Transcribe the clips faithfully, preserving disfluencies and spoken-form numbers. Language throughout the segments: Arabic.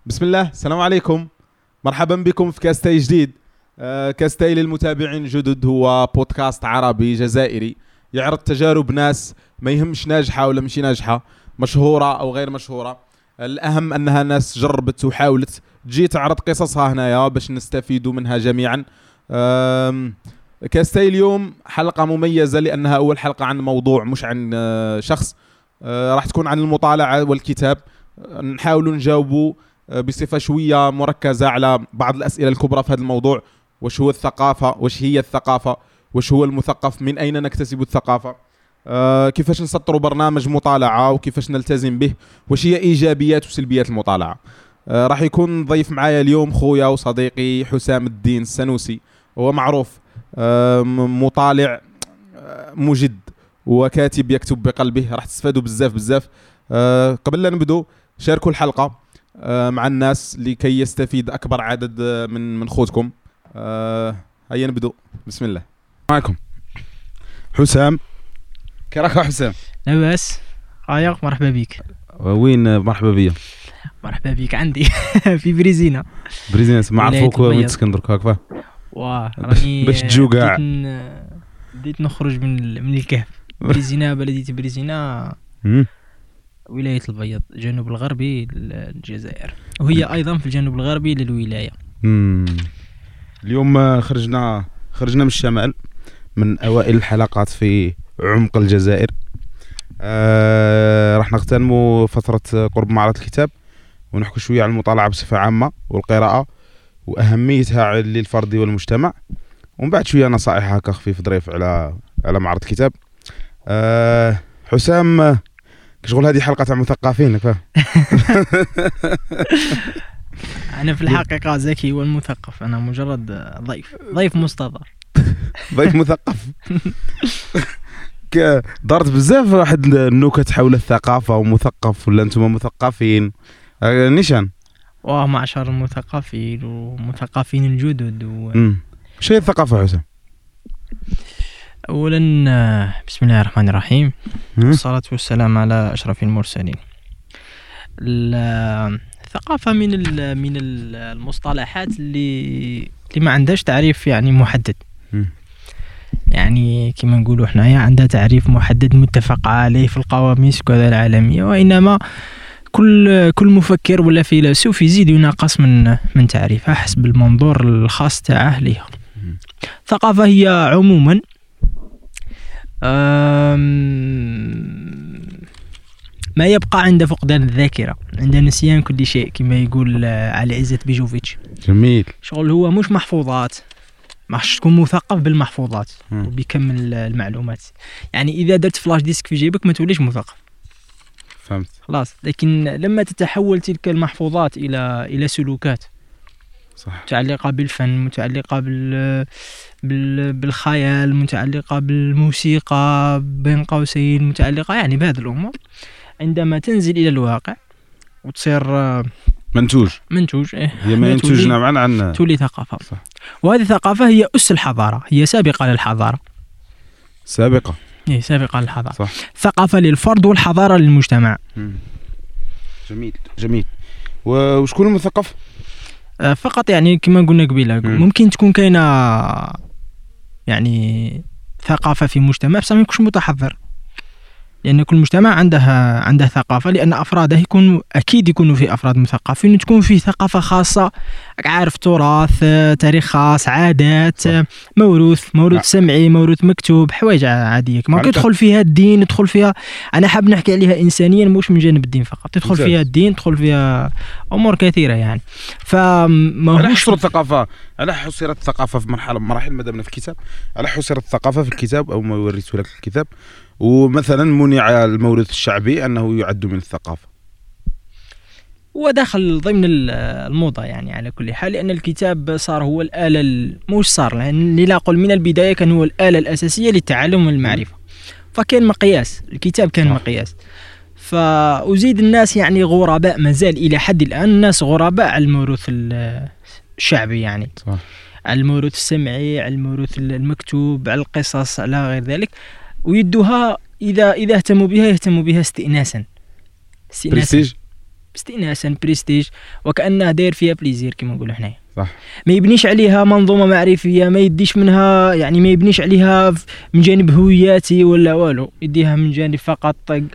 بسم الله، السلام عليكم، مرحبا بكم في كاستاي جديد. آه كاستاي للمتابعين الجدد هو بودكاست عربي جزائري يعرض تجارب ناس ما يهمش ناجحة ولا مش ناجحة، مشهورة أو غير مشهورة. الأهم أنها ناس جربت وحاولت تجي تعرض قصصها هنايا باش نستفيدوا منها جميعا. كاستاي اليوم حلقة مميزة لأنها أول حلقة عن موضوع مش عن شخص، راح تكون عن المطالعة والكتاب. نحاول نجاوبوا بصفة شوية مركزة على بعض الأسئلة الكبرى في هذا الموضوع. وش هو الثقافة؟ وش هي الثقافة؟ وش هو المثقف؟ من أين نكتسب الثقافة؟ آه كيفاش نسطروا برنامج مطالعة وكيفاش نلتزم به؟ وش هي إيجابيات وسلبيات المطالعة؟ آه راح يكون ضيف معايا اليوم خويا وصديقي حسام الدين السنوسي. هو معروف آه مطالع آه مجد وكاتب يكتب بقلبه. راح تستفادوا بزاف بزاف. آه قبل لا نبدو شاركوا الحلقة مع الناس لكي يستفيد أكبر عدد من من خوتكم. أه هيا نبدو. بسم الله. معكم حسام. كراك حسام؟ لاباس هيا، مرحبا بك. وين مرحبا بيا؟ مرحبا بك عندي في بريزينا. بريزينا ما عرفوك وين تسكن درك هكا؟ واه راني باش تجو كاع بديت نخرج من من الكهف. بريزينا بلدية بريزينا، ولاية البيض، الجنوب الغربي للجزائر، وهي أيضا في الجنوب الغربي للولاية. مم. اليوم خرجنا خرجنا من الشمال، من أوائل الحلقات في عمق الجزائر. آه راح نغتنموا فترة قرب معرض الكتاب ونحكي شوية عن المطالعة بصفة عامة والقراءة وأهميتها للفرد والمجتمع، ومن بعد شوية نصائح هكا خفيف ظريف على على معرض الكتاب. آه حسام، كشغل هذه حلقة تاع مثقفين فاهم. أنا في الحقيقة زكي والمثقف، أنا مجرد ضيف ضيف مستضر. ضيف مثقف. دارت بزاف واحد النكت حول الثقافة ومثقف ولا أنتم مثقفين نيشان. واه معشر المثقفين ومثقفين الجدد و... شو هي الثقافة حسام؟ أولا بسم الله الرحمن الرحيم، والصلاة والسلام على أشرف المرسلين. الثقافة من من المصطلحات اللي اللي ما عندهاش تعريف يعني محدد. يعني كما نقولوا حنايا عندها تعريف محدد متفق عليه في القواميس وكذا العالمية، وإنما كل كل مفكر ولا فيلسوف يزيد ينقص من من تعريفها حسب المنظور الخاص تاعه ليها. الثقافة هي عموما ما يبقى عند فقدان الذاكرة، عند نسيان كل شيء، كما يقول على عزت بيجوفيتش. جميل. شغل هو مش محفوظات، ماش تكون مثقف بالمحفوظات وبكم المعلومات. يعني إذا درت فلاش ديسك في جيبك ما توليش مثقف، فهمت خلاص. لكن لما تتحول تلك المحفوظات إلى إلى سلوكات صح، متعلقة بالفن، متعلقة بال... بال... بالخيال، متعلقة بالموسيقى بين قوسين، متعلقة يعني بهذه الأمور، عندما تنزل إلى الواقع وتصير منتوج منتوج إيه هي ما ينتجنا معنا عن تولي ثقافة. صح. وهذه الثقافة هي أس الحضارة، هي سابقة للحضارة. سابقة هي سابقة للحضارة. صح. ثقافة للفرد والحضارة للمجتمع. مم. جميل جميل. وشكون المثقف؟ فقط يعني كما قلنا قبيله، ممكن تكون كاينه يعني ثقافه في مجتمع بس ما يكونش متحضر، لان كل مجتمع عنده عنده ثقافه، لان افراده يكون اكيد يكونوا في افراد مثقفين وتكون في ثقافه خاصه، عارف، تراث، تاريخ خاص، عادات، موروث موروث سمعي، موروث مكتوب، حوايج عاديه ممكن تدخل فيها الدين، تدخل فيها، انا حاب نحكي عليها انسانيا مش من جانب الدين فقط، تدخل فيها الدين، تدخل فيها امور كثيره يعني. فما على حصر الثقافه، على حصرت الثقافه في مرحله مراحل ما دامنا في الكتاب، على حصرت الثقافه في الكتاب او ما وريته لك الكتاب، ومثلا منع الموروث الشعبي أنه يعد من الثقافة، ودخل ضمن الموضة يعني على كل حال، لأن الكتاب صار هو الآلة، مش صار لأن لا أقول من البداية كان هو الآلة الأساسية للتعلم والمعرفة، فكان مقياس، الكتاب كان مقياس. فأزيد الناس يعني غرباء، ما زال إلى حد الآن الناس غرباء على الموروث الشعبي يعني، صح. على الموروث السمعي، على الموروث المكتوب، على القصص، على غير ذلك، ويدوها إذا إذا اهتموا بها يهتموا بها استئناسا، استئناسا استئناسا بريستيج وكأنه داير فيها بليزير كما نقولوا حنايا. صح. ما يبنيش عليها منظومه معرفيه، ما يديش منها يعني ما يبنيش عليها من جانب هوياتي ولا والو، يديها من جانب فقط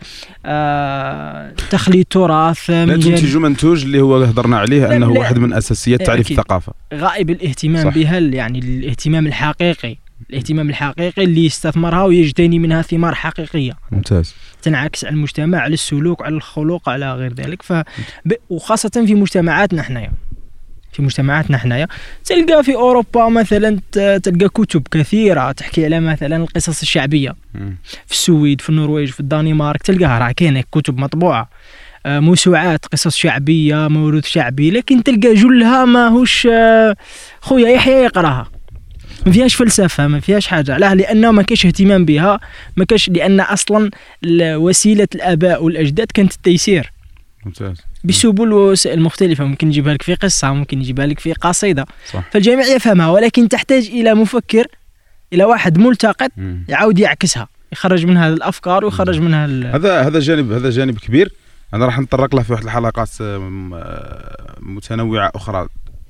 آه تخليد تراث. لا تنتج منتوج اللي هو هضرنا عليه انه واحد من اساسيات تعريف الثقافه. غائب الاهتمام صح. بها يعني الاهتمام الحقيقي، الاهتمام الحقيقي اللي يستثمرها ويجتني منها ثمار حقيقيه. ممتاز. تنعكس على المجتمع، على السلوك، على الخلق، على غير ذلك. ف وخاصه في مجتمعاتنا حنايا، في مجتمعاتنا حنايا تلقى في اوروبا مثلا تلقى كتب كثيره تحكي على مثلا القصص الشعبيه. م. في السويد، في النرويج، في الدنمارك تلقاها راه كاينه كتب مطبوعه، موسوعات قصص شعبيه، موروث شعبي، لكن تلقى جلها ماهوش خويا يحيى يقراها، ما فيهاش فلسفه، ما فيهاش حاجه. لا، لانه ما كاش اهتمام بها، ما كاش، لان اصلا وسيله الاباء والاجداد كانت التيسير. ممتاز. بسبل ووسائل مختلفة، ممكن يجيبها لك في قصة، ممكن يجيبها لك في قصيدة. صح. فالجميع يفهمها، ولكن تحتاج إلى مفكر، إلى واحد ملتقط يعاود يعكسها، يخرج منها الأفكار ويخرج منها ال... هذا هذا جانب هذا جانب كبير أنا راح نتطرق له في واحد الحلقات متنوعة أخرى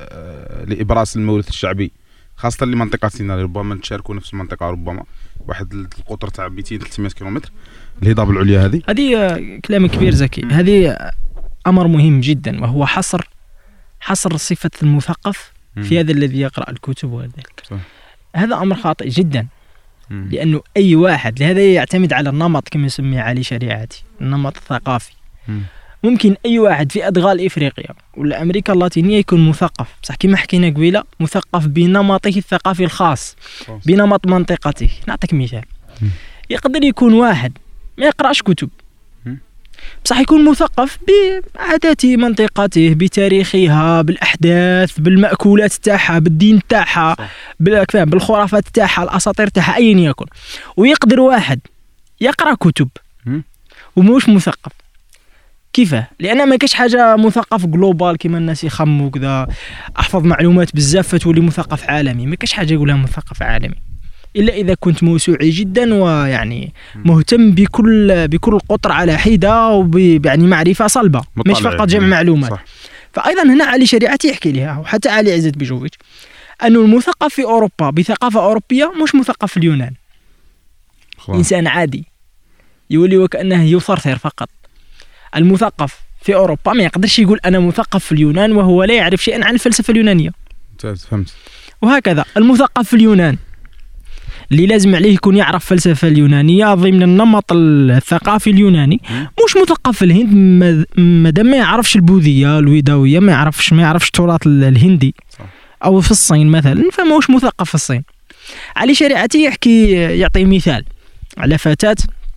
لإبراز الموروث الشعبي، خاصة لمنطقتنا، ربما نتشاركوا نفس المنطقة، ربما واحد القطر تاع مئتين ثلاثمائة كيلومتر، الهضاب العليا. هذه هذه كلام كبير زكي، هذه أمر مهم جدا، وهو حصر حصر صفة المثقف في هذا الذي يقرأ الكتب وذلك. هذا أمر خاطئ جدا، مم. لأنه أي واحد، لهذا يعتمد على النمط كما يسمي علي شريعتي، النمط الثقافي. مم. ممكن أي واحد في أدغال إفريقيا ولا أمريكا اللاتينية يكون مثقف، بصح كما حكينا قبيلة مثقف بنمطه الثقافي الخاص، بنمط منطقته. نعطيك مثال، مم. يقدر يكون واحد ما يقرأش كتب، بصح يكون مثقف بعادات منطقته، بتاريخها، بالأحداث، بالمأكولات تاعها، بالدين تاعها، بالخرافات تاعها، الأساطير تاعها، أيا يكن. ويقدر واحد يقرأ كتب وموش مثقف. كيفاه؟ لأن ما كاش حاجة مثقف جلوبال كما الناس يخموا كذا، أحفظ معلومات بزاف فتولي مثقف عالمي. ما كاش حاجة يقولها مثقف عالمي، إلا إذا كنت موسوعي جدا ويعني مهتم بكل بكل قطر على حدة وبيعني معرفة صلبة، مش فقط جمع معلومات. صح. فأيضا هنا علي شريعتي يحكي لها، وحتى علي عزت بيجوفيتش، أنه المثقف في أوروبا بثقافة أوروبية مش مثقف في اليونان. خلاص. إنسان عادي يولي وكأنه يثرثر فقط. المثقف في أوروبا ما يقدرش يقول أنا مثقف في اليونان وهو لا يعرف شيئا عن الفلسفة اليونانية. فهمت. وهكذا المثقف في اليونان اللي لازم عليه يكون يعرف فلسفة اليونانية ضمن النمط الثقافي اليوناني، مش مثقف في الهند مادام ما يعرفش البوذية الويداوية، ما يعرفش ما يعرفش التراث الهندي. صح. أو في الصين مثلا، فما هوش مثقف في الصين. علي شريعتي يحكي يعطي مثال على فتاة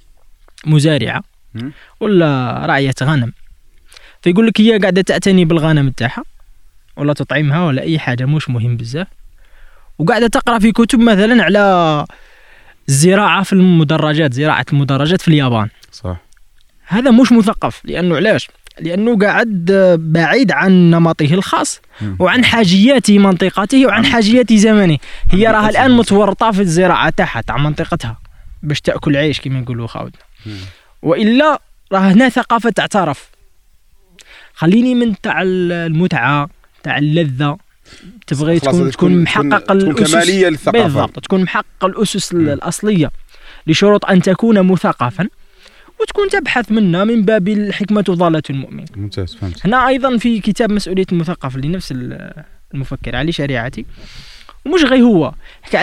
مزارعة ولا راعية غنم، فيقول لك هي قاعدة تعتني بالغنم تاعها ولا تطعمها ولا أي حاجة، مش مهم بزاف، وقاعدة تقرأ في كتب مثلا على الزراعة في المدرجات، زراعة المدرجات في اليابان. صح. هذا مش مثقف، لأنه علاش؟ لأنه قاعد بعيد عن نمطه الخاص وعن حاجيات منطقته وعن حاجيات زمنه. هي راها الآن متورطة في الزراعة تاعها تاع منطقتها باش تأكل عيش كما يقولوا خاودنا، وإلا راه هنا ثقافة تعترف. خليني من تاع المتعة تاع اللذة، تبغي تكون تكون محقق الأسس كمالية للثقافة، بالضبط، تكون محقق الأسس م. الأصلية لشروط أن تكون مثقفا، وتكون تبحث منها من باب الحكمة ضالة المؤمن. ممتاز، فهمت. هنا أيضا في كتاب مسؤولية المثقف لنفس المفكر علي شريعتي، ومش غير هو، حكى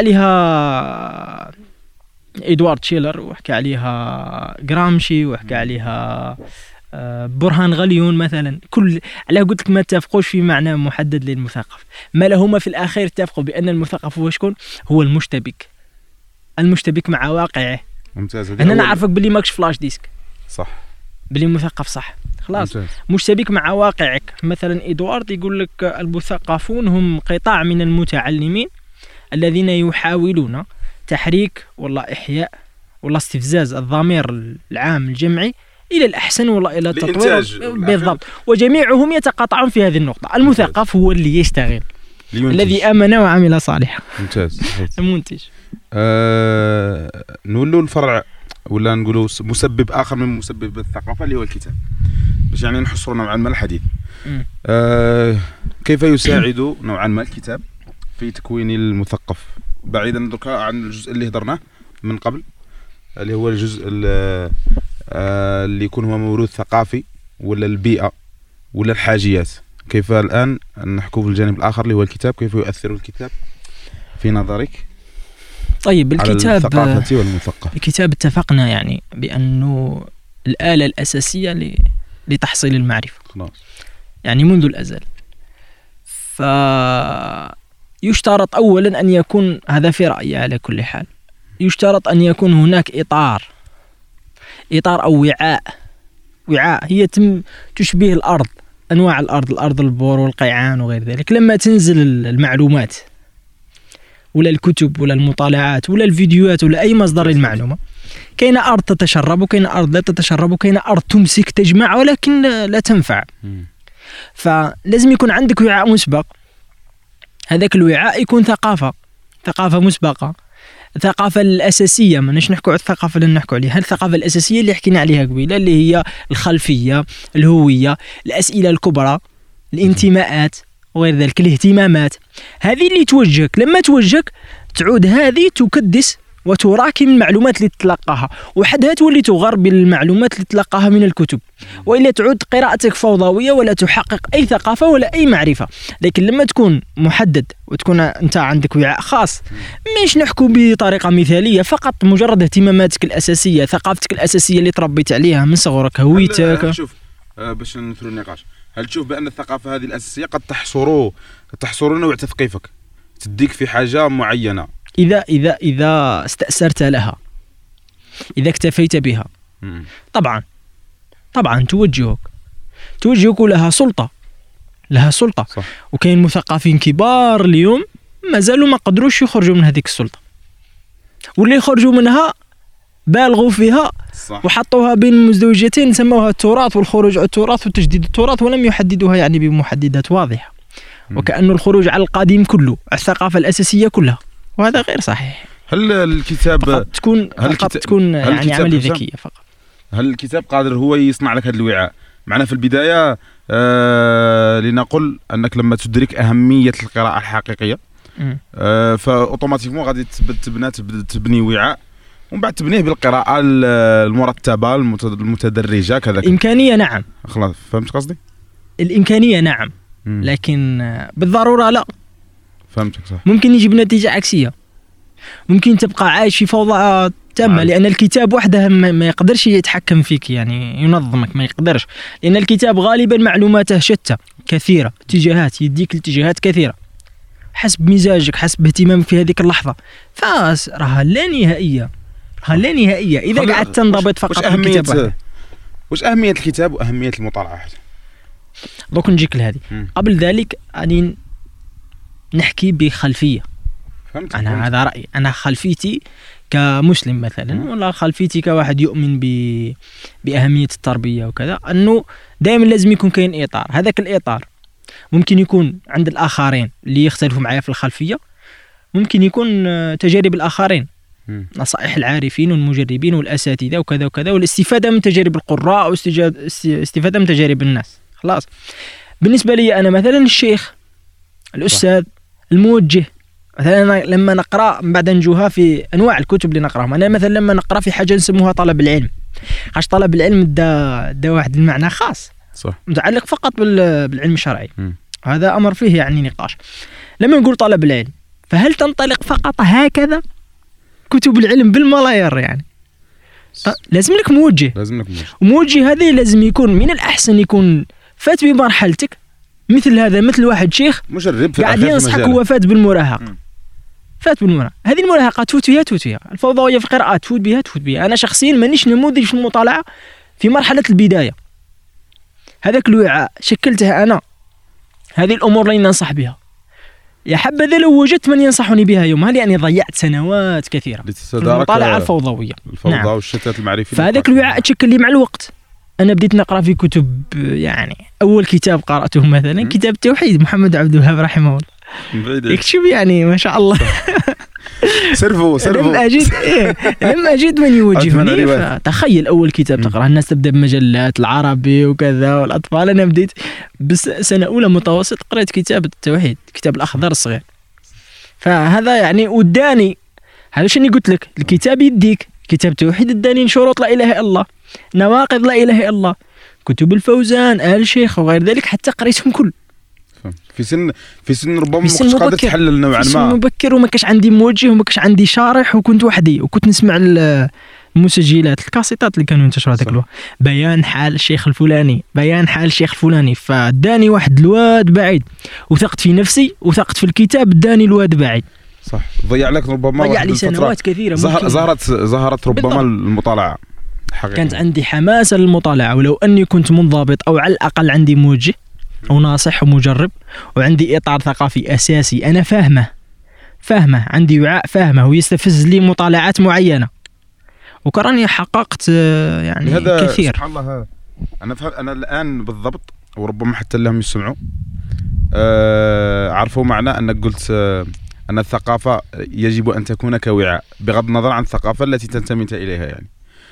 عليها إدوارد شيلر، وحكى عليها جرامشي، وحكى عليها برهان غليون مثلا. كل على قلت لك ما اتفقوش في معنى محدد للمثقف، ما لهما في الأخير اتفقوا بأن المثقف هو شكون؟ هو المشتبك، المشتبك مع واقعه. ممتاز. أنا نعرفك باللي ماكش فلاش ديسك، صح، باللي مثقف صح، خلاص. ممتاز. مشتبك مع واقعك. مثلا إدوارد يقول لك المثقفون هم قطاع من المتعلمين الذين يحاولون تحريك والله إحياء والله استفزاز الضمير العام الجمعي إلى الأحسن ولا إلى التطوير. بالضبط. وجميعهم يتقاطعون في هذه النقطة. المثقف هو اللي يشتغل، الذي آمن وعمل صالحا. ممتاز. المنتج. أه... نقولوا الفرع ولا نقولوا مسبب آخر من مسبب الثقافة اللي هو الكتاب، باش يعني نحصروا نوعا ما الحديث. آه كيف يساعد نوعا ما الكتاب في تكوين المثقف، بعيدا دركا عن الجزء اللي هضرناه من قبل اللي هو الجزء اللي يكون هو موروث ثقافي ولا البيئة ولا الحاجيات، كيف الآن نحكوا في الجانب الآخر اللي هو الكتاب، كيف يؤثر الكتاب في نظرك؟ طيب الكتاب على الثقافة والمثقف. الكتاب اتفقنا يعني بأنه الآلة الأساسية لتحصيل المعرفة خلاص. يعني منذ الأزل، فيشترط أولا أن يكون، هذا في رأيي على كل حال، يشترط أن يكون هناك إطار إطار أو وعاء وعاء هي تم تشبه الأرض، أنواع الأرض، الأرض البور والقيعان وغير ذلك. لما تنزل المعلومات ولا الكتب ولا المطالعات ولا الفيديوهات ولا أي مصدر للمعلومة، كاين أرض تتشرب وكاين أرض لا تتشرب وكاين أرض تمسك تجمع ولكن لا تنفع. فلازم يكون عندك وعاء مسبق، هذاك الوعاء يكون ثقافة ثقافة مسبقة، الثقافة الأساسية، ما نش نحكوا على الثقافة اللي نحكوا عليها، الثقافة الأساسية اللي حكينا عليها قبيلة اللي هي الخلفية، الهوية، الأسئلة الكبرى، الانتماءات وغير ذلك، الاهتمامات، هذه اللي توجهك. لما توجهك تعود هذه تكدس وتراكم المعلومات اللي تتلقاها، وحدها تولي تغر بالمعلومات اللي تلقاها من الكتب، وإلا تعود قراءتك فوضوية ولا تحقق أي ثقافة ولا أي معرفة. لكن لما تكون محدد وتكون أنت عندك وعاء خاص، مش نحكوا بطريقة مثالية، فقط مجرد اهتماماتك الأساسية، ثقافتك الأساسية اللي تربيت عليها من صغرك، هويتك. شوف آه باش نثروا النقاش، هل تشوف بأن الثقافة هذه الأساسية قد تحصر تحصر نوع تثقيفك، تديك في حاجة معينة، إذا إذا إذا استأثرت لها، إذا اكتفيت بها، مم. طبعا طبعا توجهك توجهك لها سلطة لها سلطة صح. وكاين مثقفين كبار اليوم ما زالوا ما قدروش يخرجوا من هذيك السلطة، واللي يخرجوا منها بالغوا فيها صح. وحطوها بين مزدوجتين سموها التراث والخروج على التراث وتجديد التراث، ولم يحددوها يعني بمحددات واضحة، مم. وكأنه الخروج على القديم كله، على الثقافة الأساسية كلها، وهذا غير صحيح. هل الكتاب فقط تكون هل فقط الكتاب تكون يعني عملية ذكية فقط؟ هل الكتاب قادر هو يصنع لك هذا الوعاء؟ معنا في البداية آه لنقل أنك لما تدرك أهمية القراءة الحقيقية آه فأوتوماتيكمون غادي تبنى تبني وعاء، ومن بعد تبنيه بالقراءة المرتبة المتدرجة كذا. الإمكانية نعم، خلاص فهمت قصدي؟ الإمكانية نعم، مم. لكن بالضرورة لا. فهمتك صح. ممكن يجيب نتيجة عكسية، ممكن تبقى عايش في فوضى تامة، عارف. لأن الكتاب وحده ما يقدرش يتحكم فيك، يعني ينظمك ما يقدرش، لأن الكتاب غالبا معلوماته شتى كثيرة، اتجاهات يديك الاتجاهات كثيرة حسب مزاجك، حسب اهتمامك في هذيك اللحظة، فراها لا نهائية، راها لا نهائية إذا قعدت تنضبط فقط في الكتاب واحد. وش أهمية الكتاب وأهمية المطالعة؟ دوك نجيك لهذه. قبل ذلك أني نحكي بخلفية. فهمت. أنا فهمت. هذا رأيي، أنا خلفيتي كمسلم مثلا، مم. ولا خلفيتي كواحد يؤمن ب... بأهمية التربية وكذا، أنه دائما لازم يكون كاين إطار. هذاك الإطار ممكن يكون عند الآخرين اللي يختلفوا معايا في الخلفية، ممكن يكون تجارب الآخرين، مم. نصائح العارفين والمجربين والأساتذة وكذا وكذا، والاستفادة من تجارب القراء واستفادة من تجارب الناس. خلاص. بالنسبة لي أنا مثلا الشيخ، الأستاذ، الموجه، مثلا لما نقرأ من بعد نجوها في أنواع الكتب اللي نقرأهم. أنا مثلا لما نقرأ في حاجة نسموها طلب العلم، خاش طلب العلم دا, دا واحد المعنى خاص صح. متعلق فقط بالعلم الشرعي، م. هذا أمر فيه يعني نقاش. لما نقول طلب العلم، فهل تنطلق فقط هكذا كتب العلم بالملايير؟ يعني لازم لك موجه، لازم لك موجه، وموجه هذه لازم يكون من الأحسن يكون فات بمرحلتك، مثل هذا، مثل واحد شيخ مجرب قاعد ينصحك هو فات بالمراهقة، فات بالمراهقة. هذه المراهقة تفوت فيها تفوت فيها، الفوضوية في القراءة تفوت بها تفوت بها. أنا شخصيا مانيش نموذج في المطالعة في مرحلة البداية، هذاك الوعاء شكلته أنا، هذه الأمور اللي ننصح بها، يا حبذا لو وجدت من ينصحني بها يومها، لأني ضيعت سنوات كثيرة في المطالعة الفوضوية، الفوضى نعم. والشتات المعرفي. فهذاك الوعاء تشكل لي مع الوقت. أنا بديت نقرأ في كتب، يعني أول كتاب قرأته مثلا م? كتاب التوحيد، محمد عبد الوهاب رحمه الله، يكتب يعني ما شاء الله. سيرفو سيرفو لم أجد إيه لم أجد من يوجهني. فتخيل أول كتاب تقرأ، الناس تبدأ بمجلات العربي وكذا والأطفال، أنا بديت بس سنة أولى متوسط قرأت كتاب التوحيد، كتاب الأخضر الصغير. فهذا يعني وداني، هذا شنو قلت لك، الكتاب يديك كتاب التوحيد اداني شروط لا إله إلا الله، نواقض لا إله إلا الله، كتب الفوزان، آل شيخ وغير ذلك، حتى قريتهم كل في سن في سن ربما في سن ما كنتش قادر تحلل نوعا ما، في سن مبكر، وما كاش عندي موجه وما كاش عندي شارح، وكنت وحدي وكنت نسمع المسجلات الكاسيتات اللي كانوا ينتشروا هذاك الوقت، بيان حال الشيخ الفلاني، بيان حال الشيخ الفلاني. فداني واحد الواد بعيد، وثقت في نفسي وثقت في الكتاب، داني الواد بعيد. صح، ضيع لك ربما ضيع لي سنوات كثيره. ظهرت ظهرت ربما بالضبط. المطالعه حقيقة. كانت عندي حماسه للمطالعه، ولو اني كنت منضبط او على الاقل عندي موجه وناصح ومجرب، وعندي اطار ثقافي اساسي انا فاهمه فاهمه عندي وعاء فاهمه ويستفز لي مطالعات معينه، وكراني حققت يعني هذا كثير. سبحان الله. انا فهم انا الان بالضبط، وربما حتى لهم يسمعوا أه عرفوا معنى انك قلت أه ان الثقافه يجب ان تكون كوعاء، بغض النظر عن الثقافه التي تنتمي اليها يعني.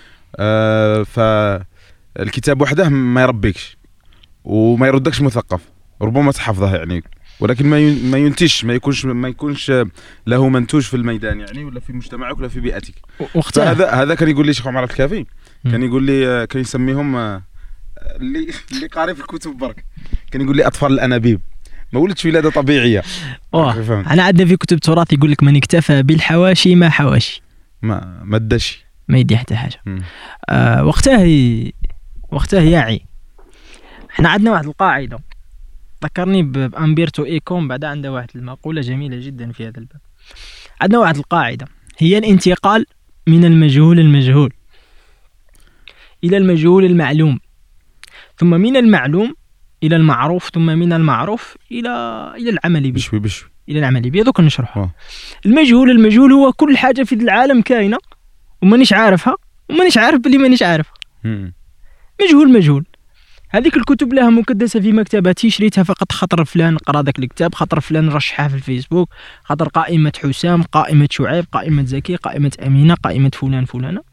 أه فالكتاب وحده ما يربيكش وما يردكش مثقف، ربما تحفظه يعني، ولكن ما ما ينتج، ما يكونش ما يكونش له منتوج في الميدان يعني، ولا في مجتمعك ولا في بيئتك. هذا هذا كان يقول لي شيخ عمر الكافي، كان يقول لي كان يسميهم اللي اللي قاري في الكتب برك، كان يقول لي اطفال الانابيب، ما ولدتش ولاده طبيعيه. اه انا عندنا في كتب التراث يقول لك من اكتفى بالحواشي ما حواشي، ما ما داش، ما يدي حتى حاجه. آه وقتها وقتها ياعي احنا عندنا واحد القاعده ذكرني بأمبيرتو إيكوم، بعد عنده واحد المقولة جميلة جدا في هذا الباب. عندنا واحد القاعدة هي الانتقال من المجهول المجهول إلى المجهول المعلوم، ثم من المعلوم إلى المعروف، ثم من المعروف إلى إلى العمل به بشوي بشوي إلى العمل به. دوك نشرحه. المجهول المجهول هو كل حاجة في العالم كائنة ومانيش عارفها ومانيش عارف بلي مانيش عارفها. مجهول مجهول. هذيك الكتب لها مكدسة في مكتبتي، شريتها فقط خطر فلان قرأ ذاك الكتاب، خطر فلان رشحها في الفيسبوك، خطر قائمة حسام، قائمة شعيب، قائمة زكي، قائمة أمينة، قائمة فلان فلانة.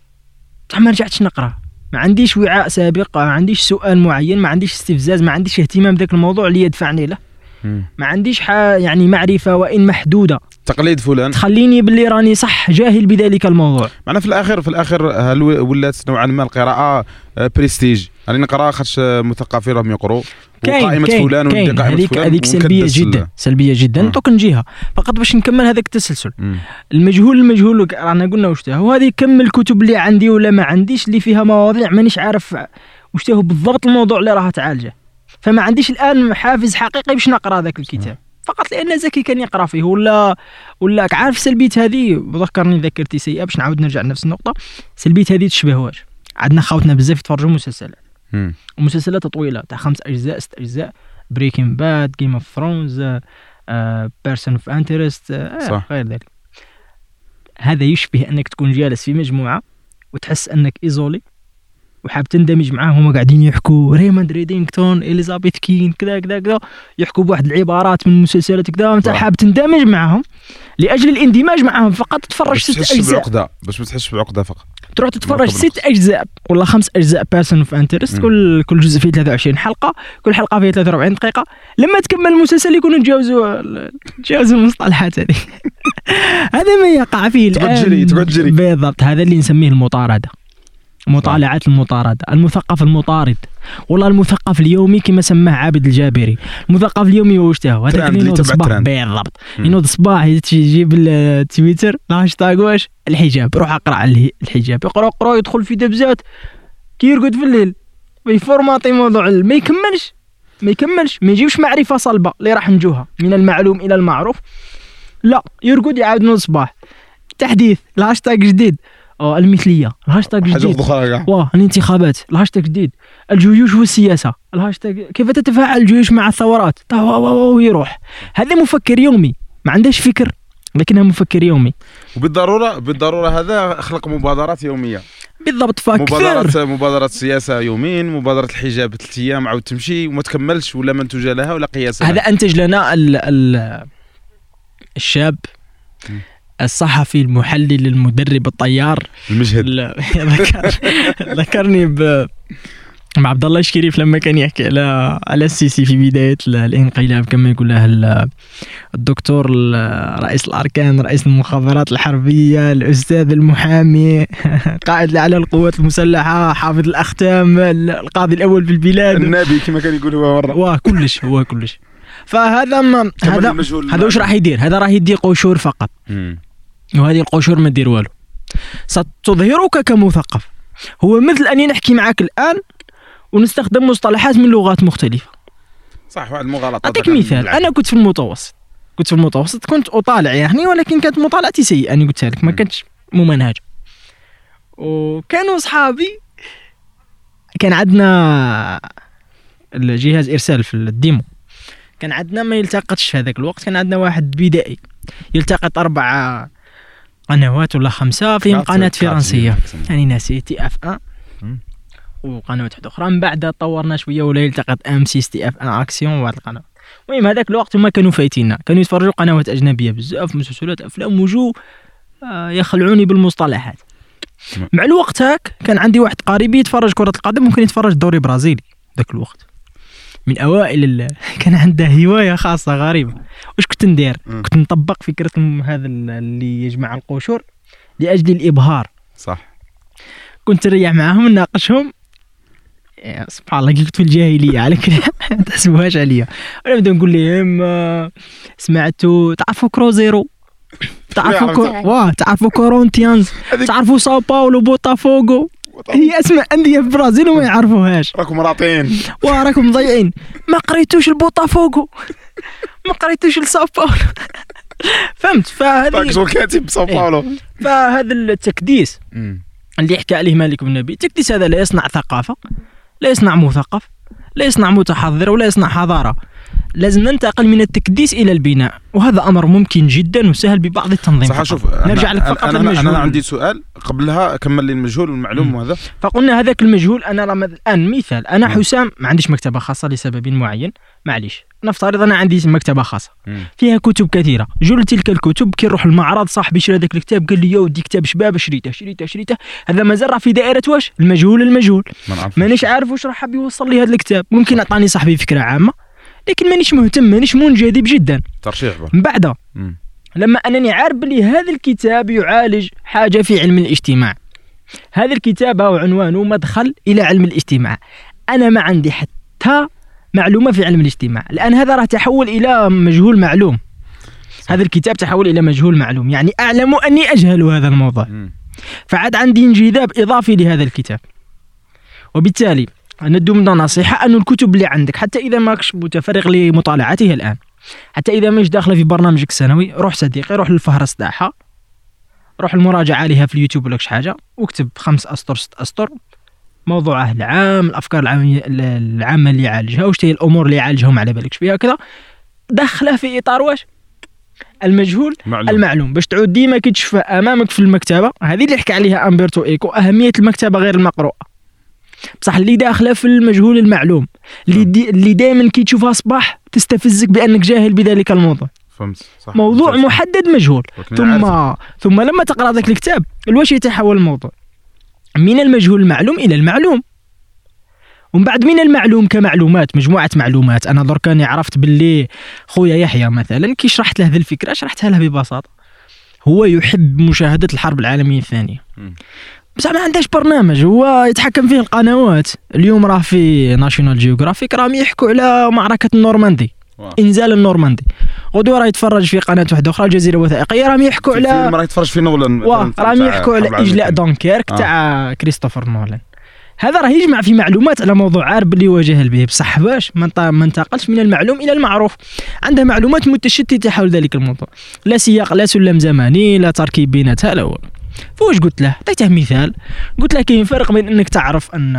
ما رجعتش نقرأ، ما عنديش وعاء سابق، ما عنديش سؤال معين، ما عنديش استفزاز، ما عنديش اهتمام ذاك الموضوع اللي يدفعني له، ما عنديش يعني معرفة وإن محدودة تقليد فلان تخليني باللي راني صح جاهل بذلك الموضوع. معنا في الآخر في الآخر هل ولات نوعا ما القراءة بريستيج؟ يعني نقرا خاطش مثقفين راهم يقروا، وقائمة فلان ودي قائمة فلان، هذيك سلبية جدا سلبية جدا. دوك نجيها فقط باش نكمل هذاك التسلسل. مم. المجهول المجهول رانا قلنا واش هو، هذه كم الكتب اللي عندي ولا ما عنديش اللي فيها مواضيع مانيش عارف واش هو بالضبط الموضوع اللي راها تعالجه، فما عنديش الآن حافز حقيقي باش نقرا ذاك الكتاب فقط لأن زكي كان يقرا فيه ولا ولا عارف. سلبية هذه ذكرني ذكرتي سيئة باش نعاود نرجع لنفس النقطة. سلبية هذه تشبهواش، عندنا خاوتنا بزاف يتفرجوا مسلسلات، ومسلسلات طويلة تاع خمس أجزاء ست أجزاء، بريكنج باد، جيم اوف ثرونز، بيرسون اوف انترست، غير ذلك. هذا يشبه أنك تكون جالس في مجموعة وتحس أنك إيزولي وحاب تندمج معاهم، هما قاعدين يحكوا ريموند ريدينغتون، إليزابيث كين، كذا كذا كذا، يحكوا بواحد العبارات من المسلسلات كذا، وانت حاب تندمج معهم لأجل الاندماج معهم فقط. تتفرج ست أجزاء بعقدة باش ما تحسش بعقدة فقط، تروح تتفرج ست أجزاء ولا خمس أجزاء بيرسون اوف انترست، كل كل جزء فيه ثلاثة وعشرين حلقة، كل حلقة فيها ثلاثة وأربعين دقيقة. لما تكمل المسلسل يكونوا تجاوزوا تجاوزوا المصطلحات هذه. هذا ما يقع فيه الآن بالضبط. هذا اللي نسميه المطاردة، مطالعات المطاردة، المثقف المطارد، والله المثقف اليومي كما سماه عابد الجابري. المثقف اليومي واش هو؟ هذاك اللي ينوض الصباح بالضبط، ينوض الصباح يجيب التويتر هاشتاغ واش الحجاب، روح اقرا على الحجاب، يقرا قرا يدخل في دبزات كي يرقد في الليل ويفورماطي موضوع ما يكملش ما يكملش ما يجيبش معرفة صلبة اللي راح نجوها من المعلوم إلى المعروف. لا، يرقد يعاود من الصباح تحديث الهاشتاغ جديد، اه المثليه الهاشتاغ جديد، واه الانتخابات الهاشتاغ جديد، الجيوش والسياسه الهاشتاغ كيف تتفاعل الجيوش مع الثورات، ويروح. هذا مفكر يومي ما عندهش فكر لكنه مفكر يومي، وبالضروره بالضروره هذا خلق مبادرات يوميه بالضبط. فكر مبادرات مبادرات السياسه يومين، مبادره الحجاب ثلاث ايام عاود تمشي وما تكملش ولا منتوج لها ولا قياس لها. هذا انتج لنا ال ال الشاب الصحفي المحلل المدرب الطيار المجهد. ذكر ذكرني ب مع عبد الله الشريف لما كان يحكي على على السيسي في بداية الانقلاب، كما يقول له الدكتور رئيس الأركان، رئيس المخابرات الحربية، الأستاذ المحامي، قائد الأعلى للقوات المسلحة، حافظ الأختام، القاضي الأول في البلاد، النبي كما كان يقول هو مرة، واه كلش هو كلش. فهذا ما هذا هذا واش راح يدير؟ هذا راح يدي قشور فقط، وهذه القشور ما دير والو، ستظهرك كمثقف. هو مثل أني نحكي معك الآن ونستخدم مصطلحات من لغات مختلفة. صح، واحد المغالطات. أعطيك مثال، أنا كنت في المتوسط كنت في المتوسط كنت أطالع يعني، ولكن كانت مطالعتي سيئة، أنا قلت لك ما كانتش ممنهجة. وكانوا أصحابي، كان عندنا الجهاز إرسال في الديمو، كان عندنا ما يلتقطش في هذاك الوقت، كان عندنا واحد بدائي يلتقط أربع قنوات ولا خمسة، فيهم قناة فرنسية يعني ناسي تي اف ان وقنوات واحدة أخرى. من بعد طورنا شوية ولا يلتقط ام سي تي اف ان اكسيون وهاد القنوات. المهم هذاك الوقت هما كانوا فايتيننا، كانوا يتفرجوا قنوات أجنبية بزاف، مسلسلات، أفلام، وجو آه يخلعوني بالمصطلحات. مع الوقت هاك كان عندي واحد قريبي يتفرج كرة القدم، ممكن يتفرج دوري برازيلي ذاك الوقت، من أوائل ال... كان عنده هواية خاصة غريبة. واش كنت ندير؟ كنت نطبق فكرة هذا اللي يجمع القشور لأجل الإبهار. صح. كنت نريح معاهم نناقشهم، سبحان الله كنت في الجاهلية على كده ما تحسبوهاش عليا. أنا بدي نقول لهم سمعتوا تعرفوا كروزيرو، تعرفوا كو... واه تعرفوا كورونتيانز، تعرفوا ساو باولو، بوتافوغو، هي اسماء أندية في البرازيل وما يعرفوهاش. راكم راطين، واه راكم ضايعين، ما قريتوش البوتافوغو، ما قريتوش الساو باولو. فهمت؟ فهذه شو كاتب ساو باولو. فهذا التكديس اللي يحكي عليه مالك بن نبي، التكديس هذا لا يصنع ثقافة، لا يصنع مثقف، لا يصنع متحضر، ولا يصنع حضارة. لازم ننتقل من التكديس إلى البناء، وهذا أمر ممكن جدا وسهل ببعض التنظيم. صح. شوف نرجع لك فقط أنا, المجهول. أنا عندي سؤال قبلها، كمل لي المجهول والمعلوم. وهذا فقلنا هذاك المجهول. أنا رمض الآن مثال، أنا حسام ما عنديش مكتبة خاصة لسبب معين، معليش نفترض أنا عندي مكتبة خاصة فيها كتب كثيرة. جل تلك الكتب كي نروح المعرض، صاحبي شرى ذاك الكتاب قال لي يا ودي كتاب شباب، شريته شريته شريته هذا ما زرع في دائرة واش المجهول. المجهول مانيش عارف واش راح حاب يوصل لي هذا الكتاب. ممكن أعطاني صاحبي فكرة عامة، لكن مانيش مهتم، مانيش منجذب جدا. ترشيح من بعد لما أنني عارف بلي هذا الكتاب يعالج حاجة في علم الاجتماع، هذا الكتاب هو عنوانه مدخل إلى علم الاجتماع، أنا ما عندي حتى معلومة في علم الاجتماع، لأن هذا راح تحول إلى مجهول معلوم. هذا الكتاب تحول إلى مجهول معلوم، يعني أعلم أني أجهل هذا الموضوع، فعاد عندي انجذاب إضافي لهذا الكتاب. وبالتالي ندو من نصيحة أن الكتب اللي عندك حتى إذا ماكش متفرغ لمطالعتها الآن، حتى إذا مش داخلة في برنامجك السنوي، روح صديقي، روح للفهرس تاعها، روح المراجعة عليها في اليوتيوب ولا حاجة، واكتب خمس أسطر ست أسطر موضوعه العام، الأفكار العامة العامة اللي يعالجها، وش هي الأمور اللي يعالجهم على بالك فيها كذا، دخله في إطار واش المجهول معلوم. المعلوم، باش تعود ديما كي تشوفها أمامك في المكتبة. هذه اللي يحكي عليها أمبرتو إيكو، أهمية المكتبة غير المقروءة، بصح اللي داخله في المجهول المعلوم، اللي دي اللي دائما كي تشوفها صباح تستفزك بأنك جاهل بذلك الموضوع. فهمت صح. موضوع صح. محدد مجهول، ثم عارف. ثم لما تقرأ ذاك الكتاب الواش يتحول الموضوع من المجهول المعلوم إلى المعلوم، ومن بعد من المعلوم كمعلومات، مجموعة معلومات. أنا دركاني عرفت باللي خويا يحيى مثلا كي شرحت له هذه الفكرة، شرحتها له ببساطة. هو يحب مشاهدة الحرب العالمية الثانية، بس ما عندهش برنامج، هو يتحكم فيه القنوات. اليوم راه في ناشيونال جيوغرافيك راهم يحكوا على معركة النورماندي، واو. إنزال النورماندي. غدوة راه يتفرج في قناة واحدة أخرى الجزيرة الوثائقية راهم يحكوا على فيلم راه يتفرج في نولان، راهم يحكوا على إجلاء دونكيرك آه. تاع كريستوفر نولان. هذا راه يجمع في معلومات على موضوع عارف اللي هو جاهل به، بصح باش ما انتقلش من المعلوم إلى المعروف. عنده معلومات متشتتة حول ذلك الموضوع، لا سياق، لا سلم زمني، لا تركيب بيناتها، لا هو. فواش قلت له؟ عطيته مثال، قلت له كاين فرق بين انك تعرف ان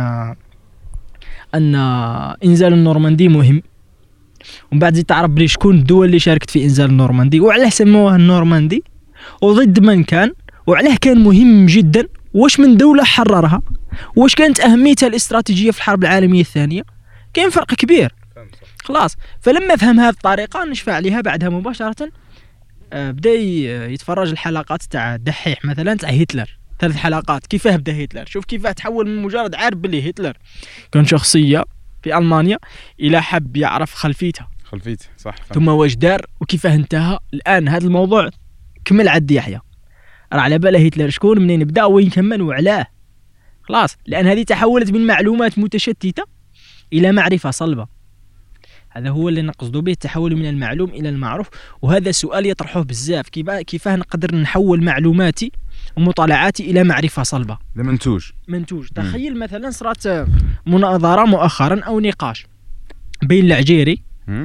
ان انزال النورماندي مهم، ومن بعد تعرف بلي شكون الدول اللي شاركت في انزال النورماندي، وعلاه سموه النورماندي، وضد من كان، وعلاه كان مهم جدا، واش من دولة حررها، واش كانت اهميتها الاستراتيجية في الحرب العالمية الثانية. كاين فرق كبير. خلاص، فلما فهم هذه الطريقة نشفع عليها بعدها مباشرة آه بدا يتفرج الحلقات تاع الدحيح مثلا تاع هتلر، ثلاث حلقات كيفاه بدا هتلر، شوف كيفاه تحول من مجرد عارف بلي هتلر كان شخصيه في المانيا الى حب يعرف خلفيتها خلفيتي صح فهم. ثم واش دار وكيفاه انتهى. الان هذا الموضوع كمل عد يحيى، راه على باله هتلر شكون منين بدا وين كمل وعلاه، خلاص لان هذه تحولت من معلومات متشتته الى معرفه صلبه. هذا هو اللي نقصد به التحول من المعلوم الى المعروف. وهذا سؤال يطرحوه بزاف، كيفاه نقدر نحول معلوماتي ومطالعاتي الى معرفه صلبه لمنتوج منتوج. تخيل مثلا صارت مناظره مؤخرا او نقاش بين العجيري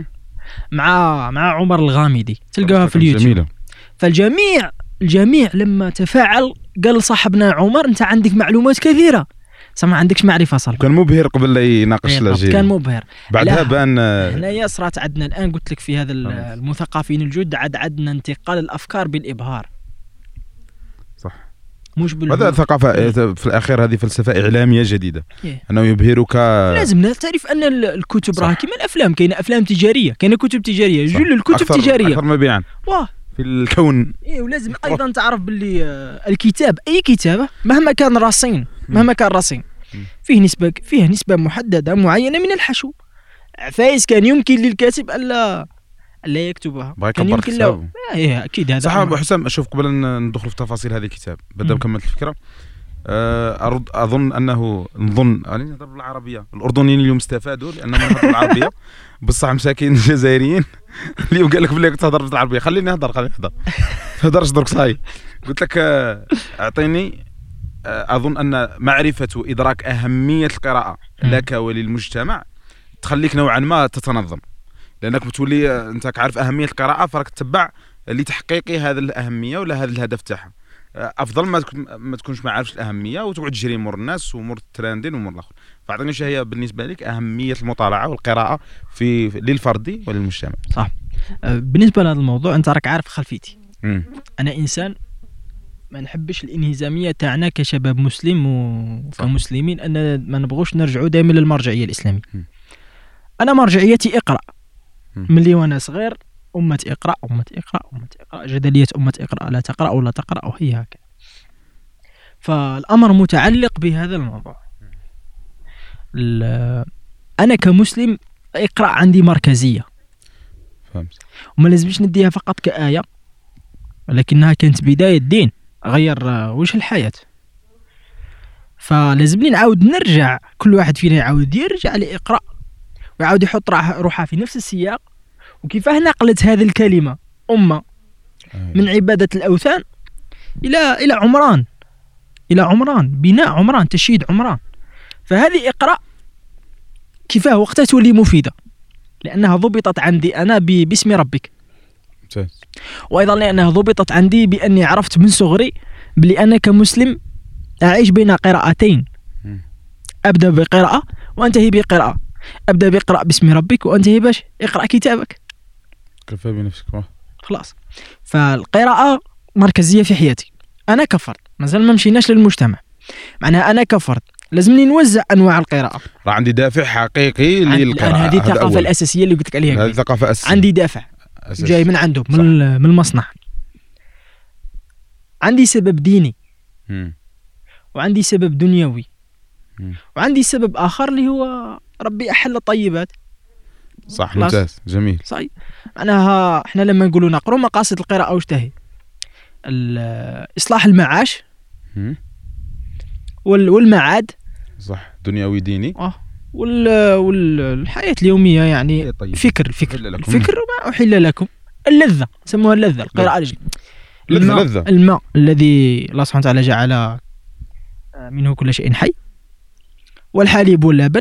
مع مع عمر الغامدي، تلقاها في اليوتيوب جميلة. فالجميع الجميع لما تفاعل قال صاحبنا عمر انت عندك معلومات كثيره صح ما عندكش معرفه صلبه. كان مبهر قبل لا يناقش العجيري، كان مبهر. بعدها بان هنايا صارت عندنا الان قلت لك في هذا المثقفين الجد عاد عندنا انتقال الافكار بالابهار صح مش بال هذا ثقافه في الاخير، هذه فلسفه اعلاميه جديده إيه؟ انه يبهرك. لازم تعرف ان الكتب راه كيما الافلام، كاينه افلام تجاريه كاينه كتب تجاريه، جل الكتب أكثر تجاريه اكثر مبيعا واه في الكون. ايه ولازم ايضا تعرف باللي الكتاب اي كتابه مهما كان رصين مهما كان رصين فيه نسبه فيه نسبه محدده معينه من الحشو. فايز كان يمكن للكاتب الا الا يكتبها، كان يمكن له ايه اكيد هذا صح. ابو حسام شوف قبل ان ندخل في تفاصيل هذه الكتاب بدا كملت الفكره. أرد اظن انه نظن اني نهضر بالعربيه، الاردنيين اليوم استفادوا لانهم يهضروا بالعربيه بصح مساكين الجزائريين اللي قال لك بلي كنت تهضر بالعربيه خليني نهضر خليني نهضر تهضرش درك صاي. قلت لك اعطيني. اظن ان معرفه وادراك اهميه القراءه لك وللمجتمع تخليك نوعا ما تتنظم، لانك بتولي انت عارف اهميه القراءه فراك تتبع لتحقيق هذا الاهميه ولا هذا الهدف تاعها. افضل ما ما تكونش ما عارفش الاهميه وتقعد تجري مور الناس ومور الترندين ومور الاخر. فاعطيني شنو هي بالنسبه لك اهميه المطالعه والقراءه في للفرد وللمجتمع؟ صح. بالنسبه لهذا الموضوع انت راك عارف خلفيتي. م. انا انسان ما نحبش الانهزاميه تاعنا كشباب مسلم وكمسلمين ان ما نبغوش نرجعوا دائما للمرجعيه الاسلاميه. م. انا مرجعيتي اقرا ملي وانا صغير، أمة اقرأ أمة اقرأ أمة اقرأ جدلية أمة اقرأ لا تقرأ ولا تقرأ وهي هكذا. فالأمر متعلق بهذا الموضوع. أنا كمسلم اقرأ عندي مركزية، فهمت، وما لازمش نديها فقط كآية ولكنها كانت بداية دين غير وجه الحياة. فلازمني نعاود نرجع، كل واحد فينا يعاود يرجع لإقرأ ويعاود يحط روحه في نفس السياق، وكيفاه نقلت هذه الكلمة أمة من عبادة الأوثان إلى إلى عمران إلى عمران بناء عمران تشييد عمران. فهذه اقرأ كيفاه وقتها تولي مفيدة لأنها ضبطت عندي أنا باسم ربك، وأيضا لأنها ضبطت عندي بأني عرفت من صغري بلي أنا كمسلم أعيش بين قراءتين، أبدأ بقراءة وأنتهي بقراءة، أبدأ بقراءة باسم ربك وأنتهي باش اقرأ كتابك، كفى بنفسك خلاص. فالقراءة مركزية في حياتي أنا كفرد، مازال ما مشيناش للمجتمع، معناها أنا كفرد لازمني نوزع أنواع القراءة. راه عندي دافع حقيقي للقراءة، هذه الثقافة الأساسية اللي قلت لك عليها، هذه ثقافة أساسية، عندي دافع أساسي. جاي من عندهم من, من المصنع. عندي سبب ديني م. وعندي سبب دنيوي م. وعندي سبب آخر اللي هو ربي أحل الطيبات. صح، ممتاز، جميل، صحيح. معناها احنا لما نقولوا نقرأ مقاصد القراءة وش تهي؟ إصلاح المعاش م. والمعاد، صح، دنيوي ديني، اه وال والحياة اليومية يعني طيب. فكر فكر الفكر وما أحل لكم، اللذة سموها اللذة، القراءة لذة الماء, لذة. الماء الذي الله سبحانه وتعالى جعل منه كل شيء حي، والحليب واللبن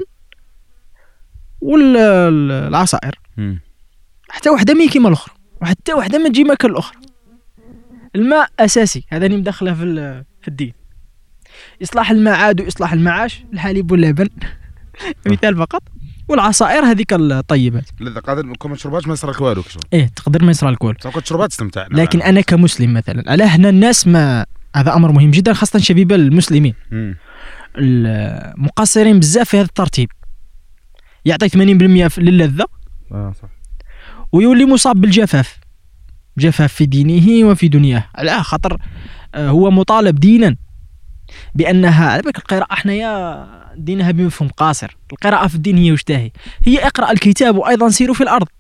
والعصائر، م. حتى وحدة ما كيما الأخرى وحتى وحدة ما تجي مكان الأخرى. الماء أساسي، هذا اللي مدخله في في الدين. إصلاح المعاد وإصلاح المعاش، الحليب واللبن مثال فقط، والعصائر هذيك الطيبات. لذا قادر كون ما تشربهاش ما يصرالك والو كشرب. إيه تقدر ما يصرالك والو. كون تشربها تستمتع. لكن أنا كمسلم مثلا، على هنا الناس ما هذا أمر مهم جدا خاصة شبيبة المسلمين المقصرين بزاف في هذا الترتيب، يعطي ثمانين بالمئة للذة آه صح، ويولي مصاب بالجفاف جفاف في دينه وفي دنياه، على خاطر هو مطالب دينا بأنها على بالك القراءة حنايا دينها بمفهوم قاصر. القراءة في الدين هي وشتاهي، هي اقرأ الكتاب وأيضا سيروا في الأرض،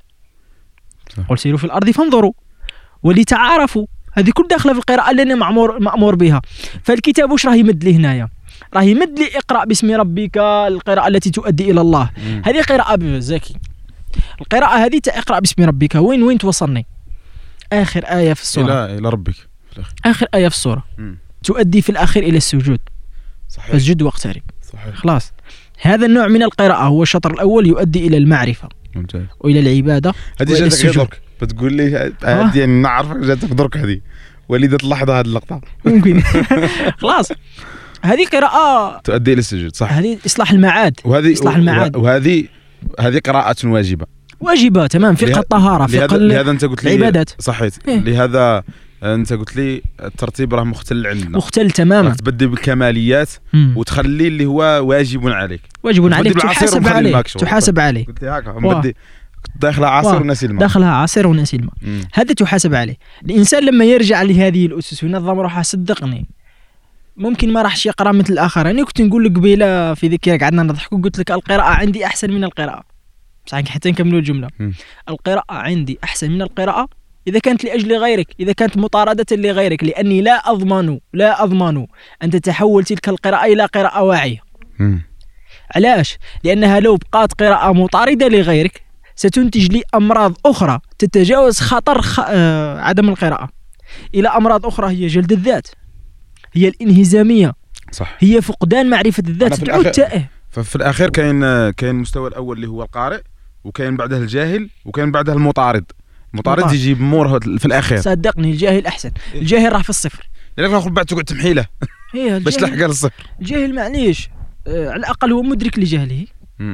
قل سيروا في الأرض فانظروا ولتعارفوا، هذه كل داخله في القراءة اللي أنا مأمور مأمور بها. فالكتاب واش راه يمد لي هنايا؟ راه يمد لي اقرأ باسم ربك، القراءة التي تؤدي إلى الله، هذه قراءة زكي. القراءة هذه اقرأ باسم ربك وين وين توصلني؟ آخر آية في السورة، إلى إلى ربك في الأخير. آخر آية في السورة م. تؤدي في الأخير إلى السجود، صحيح. فاسجد واقترب. صحيح. خلاص، هذا النوع من القراءة هو الشطر الأول يؤدي إلى المعرفة ممتاز. وإلى العبادة هذه جاتك درك بتقول لي هذه يعني نعرفك جاتك درك هذه وليدة اللحظة هذه اللقطة ممكن. خلاص، هذه قراءة تؤدي إلى السجود، صح. هذه إصلاح المعاد، وهذه إصلاح المعاد، وهذه هذه قراءة واجبة واجبة تمام. فقه الطهارة، فقه لهذا أنت قلت لي العبادات، صحيت. إيه؟ لهذا أنت قلت لي الترتيب راه مختل عندنا، مختل تماما. تبدي بالكماليات مم. وتخلي اللي هو واجب عليك، واجب عليك تحاسب عليه، تحاسب عليه. قلت لي هكا بدي داخلها عصير ونسي الماء، داخلها عصير ونسي الماء، هذا تحاسب عليه. الإنسان لما يرجع لهذه الأسس وينظم روحه، صدقني ممكن ما راحش يقرأ مثل الآخر. أنا كنت نقول لك قبيله في ذكرك قعدنا نضحك وقلت لك القراءة عندي أحسن من القراءة، بس حتى نكملوا الجملة. م. القراءة عندي أحسن من القراءة إذا كانت لأجل غيرك، إذا كانت مطاردة لغيرك، لأني لا أضمن لا أضمن أن تتحول تلك القراءة إلى قراءة واعية. م. علاش؟ لأنها لو بقات قراءة مطاردة لغيرك ستنتج لي أمراض أخرى تتجاوز خطر خ... آه... عدم القراءة إلى أمراض أخرى، هي جلد الذات، هي الانهزامية، صح. هي فقدان معرفة الذات، تعود تائه. ففي الأخير كاين كاين المستوى الأول اللي هو القارئ، وكاين بعده الجاهل، وكاين بعده المطارد. المطارد يجي بموره في الأخير. صدقني الجاهل أحسن. الجاهل راح في الصفر، لأنك راح بعد تقعد تمحي له باش تلحق للصفر. الجاهل معليش آه على الأقل هو مدرك لجهله،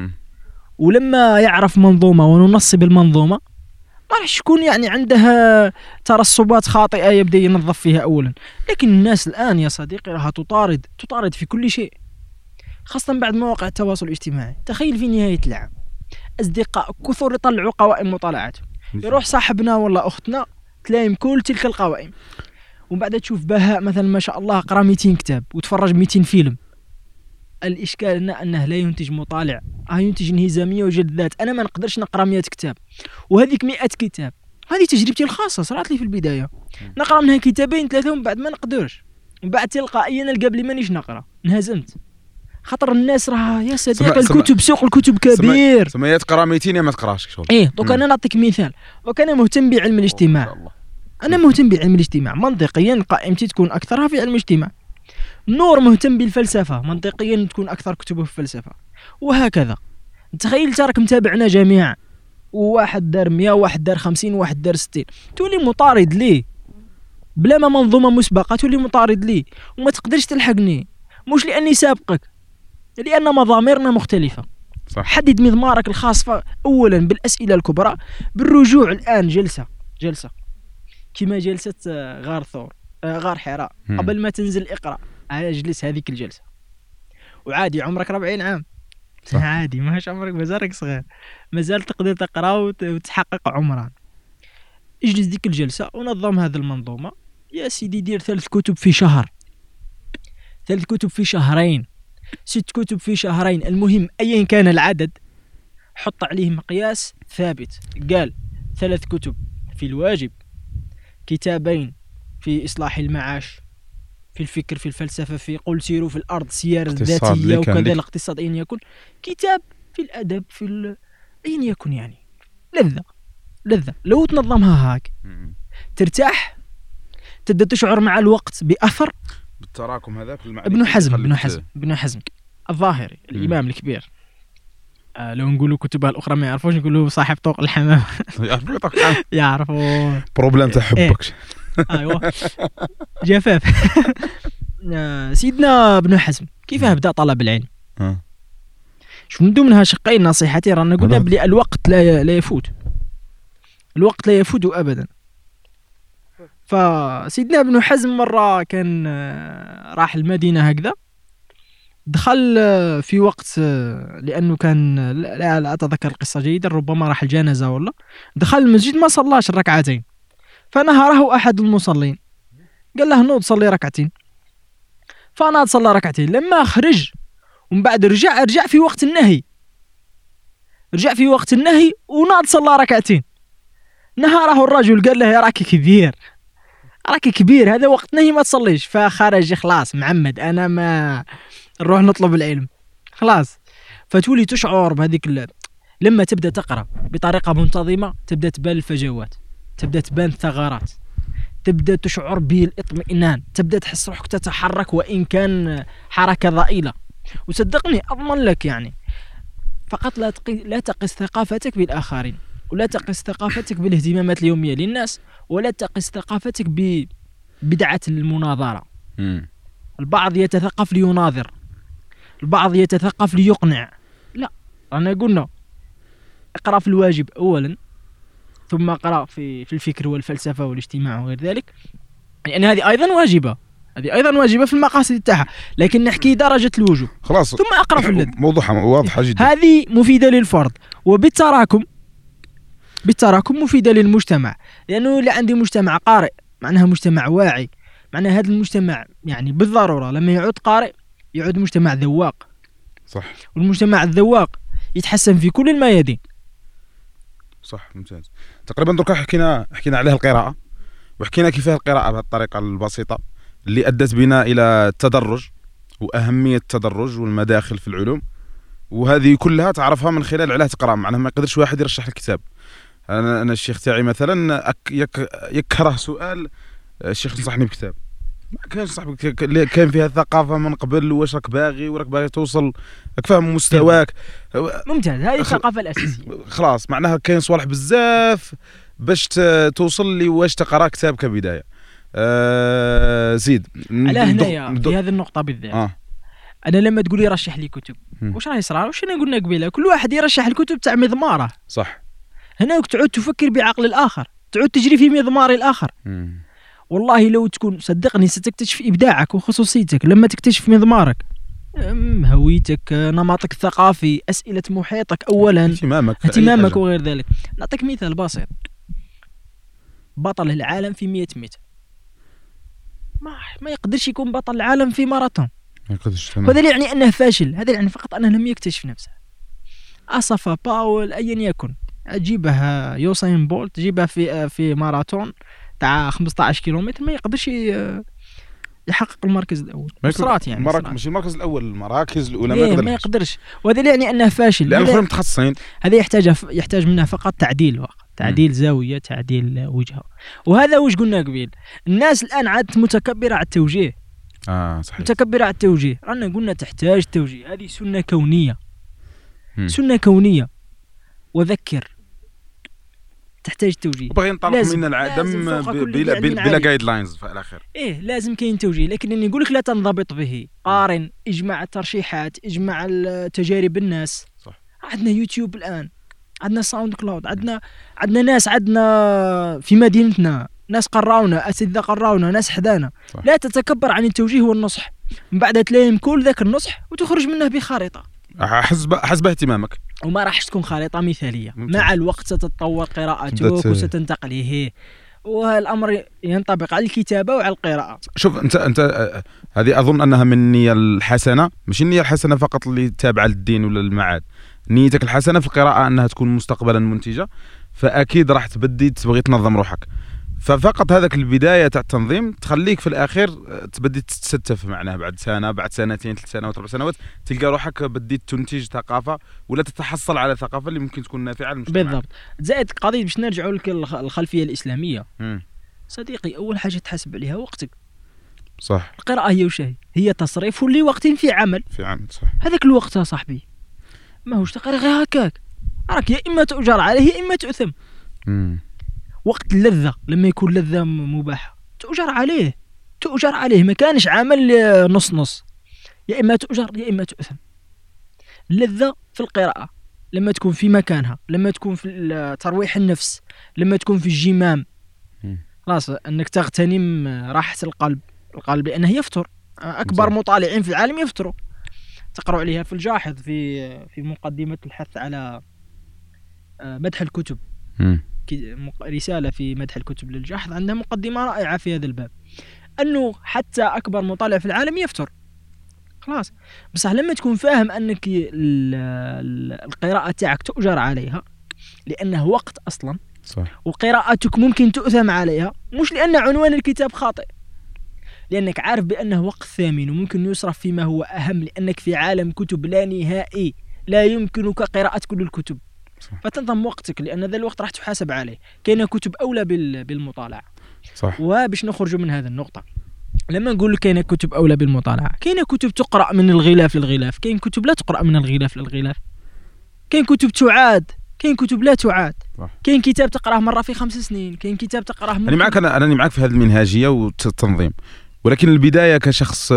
ولما يعرف منظومة وننصب المنظومة ما راح يكون يعني عندها ترسبات خاطئة يبدأ ينظف فيها أولا. لكن الناس الآن يا صديقي راها تطارد تطارد في كل شيء، خاصة بعد مواقع التواصل الاجتماعي. تخيل في نهاية العام أصدقاء كثر يطلعوا قوائم مطالعات، يروح صاحبنا ولا أختنا تلاقيهم كل تلك القوائم، ومن بعد تشوف بهاء مثلا ما شاء الله قرأ مئتين كتاب وتفرج مئتين فيلم. الإشكال أنه, أنه لا ينتج مطالع، آه ينتج انهزامية وجلد ذات. أنا ما نقدرش نقرأ مئة كتاب، وهذيك مئة كتاب هذه تجربتي الخاصة صارت لي في البداية، نقرأ منها كتابين ثلاثة ومن بعد ما نقدرش، ومن بعد تلقائيا نلقى بلي مانيش نقرأ، انهزمت. خطر الناس راه يا صديقي الكتب، سوق الكتب كبير، ثم يا تقرا مئتين يا ما تقراش شغل. ايه دوك انا نعطيك مثال، وكان مهتم بعلم الاجتماع، انا مهتم بعلم الاجتماع منطقيا قائمتي تكون اكثرها في علم الاجتماع. نور مهتم بالفلسفه، منطقيا تكون اكثر كتبه في الفلسفه، وهكذا. تخيل تراك متابعنا جميعا، وواحد دار مئة وواحد دار خمسين وواحد دار ستين، تولي مطارد ليه بلا ما منظومه مسبقه، تولي مطارد ليه وما تقدرش تلحقني، مش لاني سابقك، لأن مضاميرنا مختلفة. صح. حدد مضمارك الخاص أولا بالأسئلة الكبرى، بالرجوع الآن جلسة جلسة كما جلسة غار ثور غار حراء قبل ما تنزل اقرأ، اجلس هذيك الجلسة. وعادي عمرك أربعين عام، صح. عادي ماهاش عمرك مازالك صغير، مازال تقدر تقرأ وتحقق عمران. اجلس ديك الجلسة ونظم هذه المنظومة يا سيدي. دير ثلاث كتب في شهر، ثلاث كتب في شهرين، ست كتب في شهرين، المهم أيا كان العدد حط عليه مقياس ثابت. قال ثلاث كتب في الواجب، كتابين في إصلاح المعاش، في الفكر في الفلسفة، في قل سيروا في الأرض سيارة ذاتية وكذا الاقتصاد أين يكون، كتاب في الأدب في ال... أين يكون يعني لذة لذة. لو تنظمها هاك ترتاح، تبدأ تشعر مع الوقت بأثر بالتراكم هذاك. ابن حزم ابن حزم ابن حزم الظاهري الإمام الكبير، آه لو نقولوا كتبها الأخرى ما يعرفوش، نقولوا صاحب طوق الحمام. يعرفوا طوق الحمام، يعرفوا بروبلم تحبك. أيوة جفاف. سيدنا ابن حزم كيف بدأ طلب العلم؟ شوف من ضمنها شقين نصيحتي، رانا قلنا بلي الوقت لا لا يفوت، الوقت لا يفوت أبدا. فسيدنا ابن حزم مرة كان راح المدينة هكذا، دخل في وقت لأنه كان لا, لا أتذكر القصة جيدا، ربما راح الجنازة ولا دخل المسجد ما صلاش الركعتين، فنهره أحد المصلين قال له نوض صلي ركعتين، فناض صلى ركعتين. لما خرج ومن بعد رجع رجع في وقت النهي رجع في وقت النهي وناض صلى ركعتين. نهاره الرجل قال له يا راك كبير راك كبير هذا وقت نهي ما تصليش. فخرج خلاص معمد أنا ما نروح نطلب العلم خلاص. فتولي تشعر بهذيك ال... لما تبدأ تقرأ بطريقة منتظمة تبدأ تبان الفجوات، تبدأ تبان الثغرات، تبدأ تشعر بالاطمئنان، تبدأ تحس روحك تتحرك وإن كان حركة ضئيلة. وصدقني أضمن لك يعني فقط لا تقي... لا تقس ثقافتك بالآخرين، ولا تقس ثقافتك بالاهتمامات اليومية للناس، ولا تقس ثقافتك ببدعة المناظرة. م. البعض يتثقف ليناظر، البعض يتثقف ليقنع. لا، أنا قلنا اقرأ في الواجب أولا، ثم اقرأ في في الفكر والفلسفة والاجتماع وغير ذلك، لأن يعني هذه أيضا واجبة، هذه أيضا واجبة في المقاصد تاعها، لكن نحكي درجة الوجوب خلاص. ثم أقرأ في اللذ. موضوع واضحة جدا. هذه مفيدة للفرد، وبالتراكم بالتراكم مفيدة للمجتمع، لأنه اللي عندي مجتمع قارئ معناها مجتمع واعي، معناها هذا المجتمع يعني بالضرورة لما يعود قارئ يعود مجتمع ذواق. صح. والمجتمع الذواق يتحسن في كل الميادين. صح، ممتاز. تقريبا درك حكينا حكينا عليها القراءة، وحكينا كيفاه القراءة بهذه الطريقة البسيطة اللي أدت بنا إلى التدرج وأهمية التدرج والمداخل في العلوم، وهذه كلها تعرفها من خلال علاه تقرأ. معناها ما يقدرش واحد يرشح الكتاب. أنا أنا الشيخ تاعي مثلا يك يكره سؤال الشيخ نصحني بكتاب، ما كانش صاحبك كان فيها ثقافة من قبل، واش راك باغي وراك باغي توصل، راك فاهم مستواك. ممتاز، هذه الثقافة الأساسية. خلاص معناها كاين صوالح بزاف باش توصل لي واش تقرا كتاب كبداية. أه زيد على هنايا في هذه النقطة بالذات. آه. أنا لما تقول لي رشح لي كتب م. واش راه يصرى؟ واش أنا قلنا قبيله كل واحد يرشح الكتب تاع مضماره. صح. هنا تعود تفكر بعقل الآخر، تعود تجري في مضمار الآخر. م. والله لو تكون صدقني ستكتشف إبداعك وخصوصيتك لما تكتشف مضمارك، هويتك، نمطك الثقافي، أسئلة محيطك أولا، اهتمامك اهتمامك وغير ذلك. نعطيك مثال بسيط. بطل العالم في مئة متر ما ما يقدرش يكون بطل العالم في ماراثون، ما يقدرش. هذا يعني أنه فاشل، هذا يعني فقط أنه لم يكتشف نفسه. أصفى باول أيا يكن، أجيبها يوسين بولت تجيبها في في ماراثون تاع خمسة عشر كيلومتر ما يقدرش يحقق المركز الاول. مصرات يعني مراكز مش المركز الاول، المراكز الاولى ما يقدرش ما يقدرش وهذا يعني انه فاشل، لان الاخرين متخصصين. هذا يحتاج يحتاج منه فقط تعديل وقت، تعديل م. زاويه، تعديل وجهه. وهذا واش قلنا قبيل، الناس الان عادت متكبره على التوجيه. اه صحيح، متكبره على التوجيه. رانا قلنا تحتاج توجيه، هذه سنه كونيه. م. سنه كونيه. وذكر تحتاج توجيه. وبغي نطلق من العدم بلا بلا جايد لاينز في الاخر. ايه لازم كاين توجيه، لكن اني نقول لك لا تنضبط به. قارن، اجمع الترشيحات، اجمع تجارب الناس. صح. عندنا يوتيوب الان، عندنا ساوند كلاود، عندنا عندنا ناس، عندنا في مدينتنا ناس قراونا، اساتذه قراونا، ناس حدانا. صح. لا تتكبر عن التوجيه والنصح، من بعد تلاهم كل ذاك النصح وتخرج منه بخارطه حسب حسب اهتمامك، وما راح تكون خارطة مثالية. ممتاز. مع الوقت ستتطور قراءتك وستنتقل هي، والأمر ينطبق على الكتابة وعلى القراءة. شوف أنت أنت هذه أظن أنها من النية الحسنة، مش النية الحسنة فقط اللي تابعة للدين ولا المعاد. نيتك الحسنة في القراءة أنها تكون مستقبلا منتجة، فأكيد راح تبدي تبغي تنظم روحك. ففقط هذاك البداية تاع التنظيم تخليك في الأخير تبدي تستف معناها بعد سنة، بعد سنتين، ثلاث سنوات، أربع سنوات تلقى روحك بديت تنتج ثقافة ولا تتحصل على ثقافة اللي ممكن تكون نافعة للمجتمع. بالضبط. زائد قضية باش نرجعوا لك الخلفية الإسلامية. م. صديقي أول حاجة تحسب عليها وقتك. صح. القراءة هي وش هي؟ هي تصريف لوقت في عمل. في عمل صح. هذاك الوقت يا صاحبي ما هوش تقرا غير هكاك، راك يا إما تؤجر عليه يا إما تؤثم. م. وقت اللذة لما يكون لذة مباحة تؤجر عليه، تؤجر عليه ما كانش عمل نص نص، يا إما تؤجر يا إما تؤثم. اللذة في القراءة لما تكون في مكانها، لما تكون في ترويح النفس، لما تكون في الجمام، خلاص أنك تغتنم راحة القلب. القلب لأنه يفطر، أكبر مطالعين في العالم يفطروا، تقرأ عليها في الجاحظ في في مقدمة الحث على مدح الكتب. م. رسالة في مدح الكتب للجاحظ عندها مقدمة رائعة في هذا الباب، أنه حتى أكبر مطالع في العالم يفتر خلاص. بصح لما تكون فاهم أنك القراءة تاعك تؤجر عليها لأنه وقت أصلا صح. وقراءتك ممكن تؤثم عليها، مش لأن عنوان الكتاب خاطئ، لأنك عارف بأنه وقت ثامن وممكن يصرف فيما هو أهم، لأنك في عالم كتب لا نهائي لا يمكنك قراءة كل الكتب صح. فتنظم وقتك لأن ذا الوقت راح تحاسب عليه. كاين كتب أولى بالمطالعة صح. وباش نخرج من هذه النقطة، لما نقول لك كاين كتب أولى بالمطالعة، كاين كتب تقرأ من الغلاف للغلاف، كاين كتب لا تقرأ من الغلاف للغلاف، كاين كتب تعاد، كاين كتب لا تعاد، كاين كتاب تقراه مرة في خمس سنين، كاين كتاب تقراه مرة. أنا معك، أنا أنا معك في هذه المنهجية والتنظيم، ولكن البداية كشخص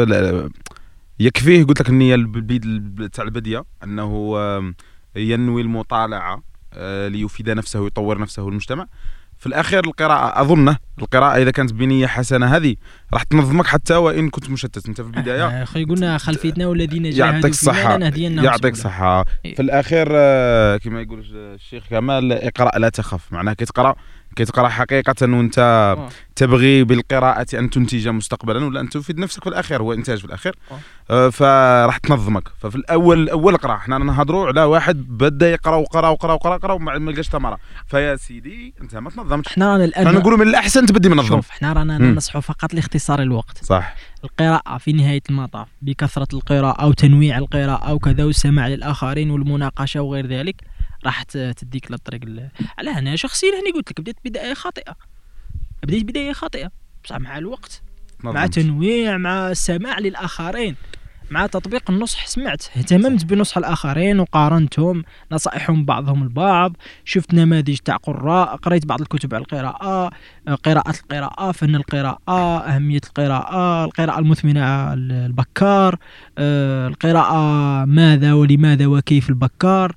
يكفيه قلت لك النية تاع البدية أنه ينوي المطالعة ليفيد نفسه ويطور نفسه والمجتمع. في الأخير القراءة أظنه القراءة إذا كانت بنية حسنة هذه راح تنظمك حتى وإن كنت مشتت. أنت في البداية أخي قلنا خلفيتنا والذين جاهدوا فينا لنهدينهم يعطيك صحة. في الأخير كما يقول الشيخ كمال اقرأ لا تخف، معناه كي تقرأ كي تقرأ حقيقة وأنت أوه. تبغي بالقراءة أن تنتج مستقبلا ولا أن تفيد نفسك في الأخير، هو إنتاج في الأخير. آه فراح تنظمك. ففي الأول أول قراءة احنا نهضروا على واحد بدأ يقرأ وقرأ وقرأ وقرأ وقرأ وما لقاش ثمرة، فيا سيدي أنت ما تنظمتش. احنا رانا الآن نقولوا من الأحسن تبدي منظم. شوف احنا رانا ننصحوا فقط لاختصار الوقت. صح. القراءة في نهاية المطاف بكثرة القراءة أو تنويع القراءة أو كذا والسماع للآخرين والمناقشة وغير ذلك راح تديك للطريق. على أنا شخصيا هني قلت لك بديت بداية خاطئة، بديت بداية خاطئة بصح مع الوقت مع تنويع مع السماع للآخرين مع تطبيق النصح سمعت اهتممت بنصح الآخرين وقارنتهم نصائحهم بعضهم البعض، شفت نماذج تاع قراء، قريت بعض الكتب على القراءة، قراءة القراءة، فن القراءة، أهمية القراءة، القراءة المثمنة البكار، القراءة ماذا ولماذا وكيف البكار،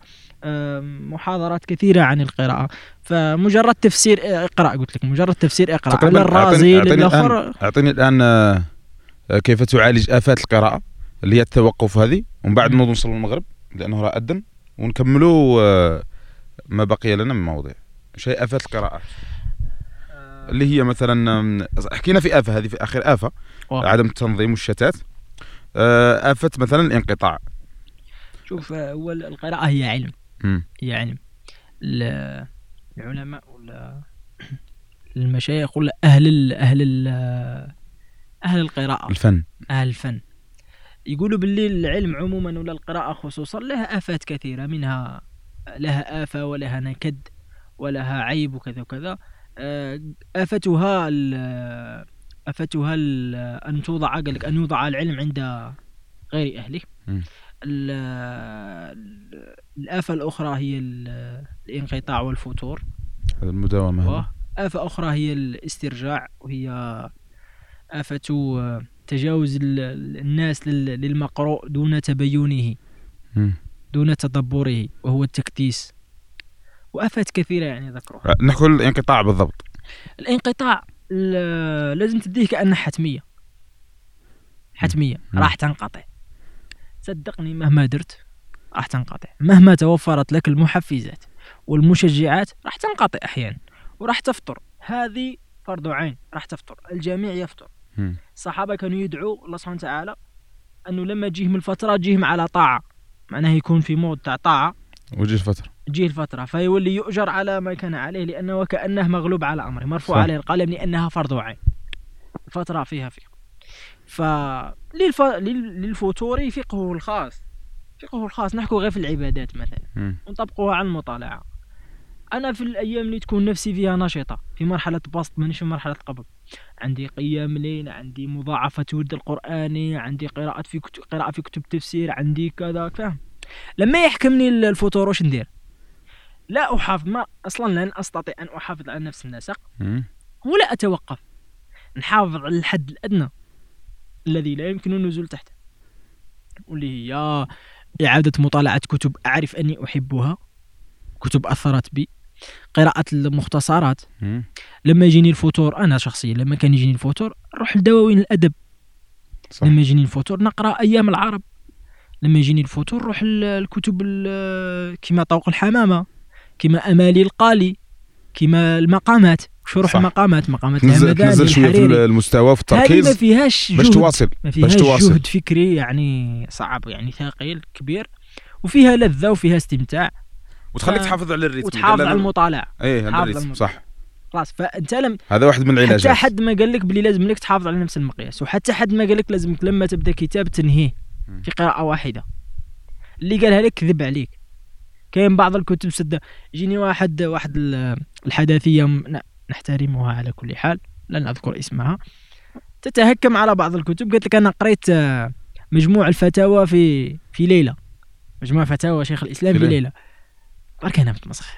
محاضرات كثيرة عن القراءة. فمجرد تفسير اقرأ قلت لك مجرد تفسير اقرأ على الرازي للآخر. أعطيني الآن كيف تعالج آفات القراءة اللي هي التوقف هذه، ومن بعد نوض نوصل المغرب لأنه راه أذن ونكملوا ما بقي لنا من مواضيع. شيء آفات القراءة اللي هي مثلا حكينا في آفة هذه في آخر آفة أوه. عدم التنظيم والشتات. آفة مثلا الانقطاع. شوف أول القراءة هي علم م. هي علم. العلماء ولا المشايخ ولا أهل ال أهل ال أهل القراءة الفن أهل الفن يقولوا باللي العلم عموما ولا القراءة خصوصا لها آفات كثيرة، منها لها آفة ولها نكد ولها عيب وكذا وكذا. آفتها آفتها أن توضع قالك أن يوضع العلم عند غير أهله. الآفة الأخرى هي الانقطاع والفتور، هذا المداومة. آفة أخرى هي الاسترجاع وهي آفة تجاوز الناس للمقروء دون تبينه دون تدبره وهو التكديس، وآفات كثيرة يعني ذكرها. نحكي الانقطاع بالضبط. الانقطاع لازم تديه كأنه حتمية حتمية م. راح تنقطع، صدقني مهما درت راح تنقطع، مهما توفرت لك المحفزات والمشجعات راح تنقطع أحيانا وراح تفطر. هذه فرض عين، راح تفطر، الجميع يفطر. الصحابة كانوا يدعوا الله سبحانه وتعالى أنه لما جيهم الفترة جيهم على طاعة، معناه يكون في مود تاع طاعة وجيه الفترة جيه الفترة فيولي يؤجر على ما كان عليه، لأنه وكأنه مغلوب على أمره مرفوع عليه القلم لأنها فرض عين، الفترة فيها فيه. فللف... للفطور فقهه الخاص فقهه الخاص نحكو غير في العبادات مثلا ونطبقوها على المطالعة. أنا في الأيام اللي تكون نفسي فيها نشطة في مرحلة بسط مانيش في مرحلة قبض، عندي قيام ليل، عندي مضاعفة ورد القرآني، عندي قراءة في كتب قراءة في كتب تفسير، عندي كذا فاهم. لما يحكمني الفطور وش ندير؟ لا أحافظ، ما أصلا لن أستطيع أن أحافظ على نفس النسق ولا أتوقف، نحافظ على الحد الأدنى الذي لا يمكن النزول تحته، واللي هي إعادة مطالعة كتب أعرف أني أحبها، كتب أثرت بي، قراءة المختصرات. لما يجيني الفطور أنا شخصيا لما كان يجيني الفطور نروح لدواوين الأدب صح. لما يجيني الفطور نقرأ أيام العرب، لما يجيني الفطور نروح الكتب كما طوق الحمامة، كما أمالي القالي، كيما المقامات، شروح صح. المقامات، مقامات تنزل, الهمداني تنزل شويه في الحريري، المستوى في هذه ما التركيز فيهاش باش جهد، تواصل ما باش فيهاش تواصل جهد فكري يعني صعب، يعني ثقيل كبير، وفيها لذة وفيها استمتاع، وتخليك ف... تحافظ على الريتم وتحافظ على المطالعة. ايه على على الريتم صح. خلاص، فانت لم هذا واحد من العلاجات. حتى حد ما قال لك بلي لازم لك تحافظ على نفس المقياس، وحتى حد ما قال لك لازمك لما تبدا كتاب تنهيه في قراءة واحدة. اللي قالها لك كذب عليك. كاين بعض الكتب سد يجيني واحد واحد الحداثية نحترمها على كل حال، لن أذكر اسمها، تتهكم على بعض الكتب، قالت لك أنا قريت مجموع الفتاوى في في ليلة، مجموع فتاوى شيخ الإسلام في ليلة. برك أنا متمسخر،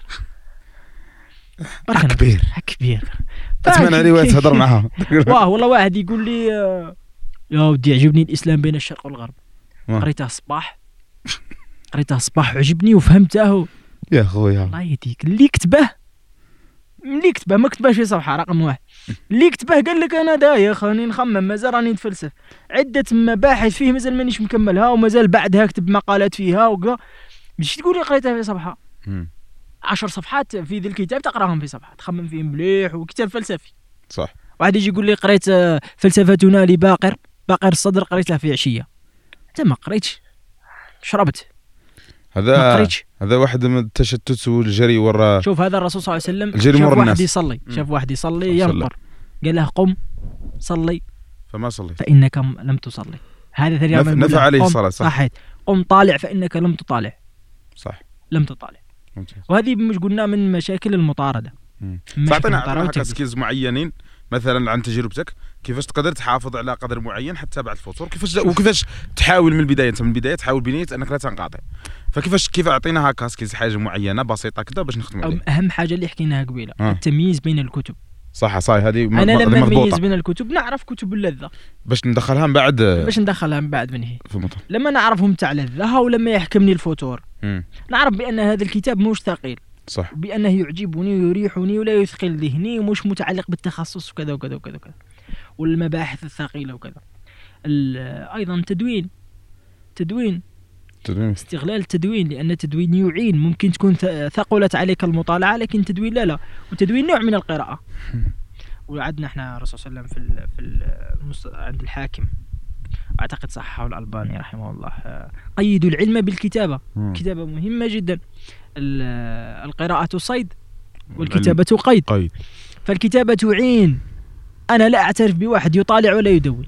برك كبير كبير أتمنى رواية تهضر معها. واه والله واحد يقول لي يا ودي عجبني الإسلام بين الشرق والغرب، قريتها الصباح قريتها الصباح عجبني وفهمته يا خويا. الله يهديك، اللي كتبه اللي كتبه ما كتبهش في صفحة رقم واحد، اللي كتبه قال لك أنا دايخ راني نخمم مازال راني نتفلسف، عدة مباحث فيه مازال مانيش مكملها، ومازال بعدها كتب مقالات فيها وكا، مش تقولي قريتها في صفحة عشر صفحات في ذي الكتاب تقراهم في صفحة تخمم فيهم مليح، وكتاب فلسفي صح. واحد يجي يقول لي قريت فلسفتنا لباقر باقر الصدر قريتها في عشية، أنت ما قريتش، شربت هذا هذا واحد من التشتت والجري ورا. شوف هذا الرسول صلى الله عليه وسلم شاف واحد الناس. يصلي شاف واحد يصلي ينقر، قال له قم صلي فما صلي فإنك لم تصلي. هذا تقريبا نف... نفع عليه الصلاة. صح. صحيت. قم طالع فإنك لم تطالع. صح لم تطالع. وهذه مش قلنا من مشاكل المطاردة. تعطينا عطنا سكيلز معينين مثلا عن تجربتك، كيفاش تقدر تحافظ على قدر معين حتى بعد الفطور، كيفاش وكيفاش تحاول من البدايه، انت من البدايه تحاول بنيه انك لا تنقاطع، فكيفاش كيف اعطينا هكا سكيلز حاجه معينه بسيطه كذا باش نخدموا عليها. اهم حاجه اللي حكيناها قبيله آه. التمييز بين الكتب. صح صحيح. هذه انا لما نميز بين الكتب نعرف كتب اللذه باش ندخلها من بعد باش ندخلها من بعد منه لما نعرفهم تاع لذه، ولما يحكمني الفطور م. نعرف بان هذا الكتاب مش ثقيل، صح، بانه يعجبني ويريحني ولا يثقل ذهني ومش متعلق بالتخصص وكذا وكذا وكذا وكذا والمباحث الثقيله وكذا. ايضا تدوين تدوين تدوين استغلال التدوين، لان التدوين يعين. ممكن تكون ثقلت عليك المطالعه لكن التدوين لا لا والتدوين نوع من القراءه. وعدنا احنا الرسول صلى الله عليه وسلم في في عند الحاكم اعتقد صححه الألباني رحمه الله، قيدوا العلم بالكتابه. الكتابه مهمه جدا. القراءه صيد والكتابه قيد. قيد. فالكتابه تعين. انا لا اعترف بواحد يطالع ولا يدون،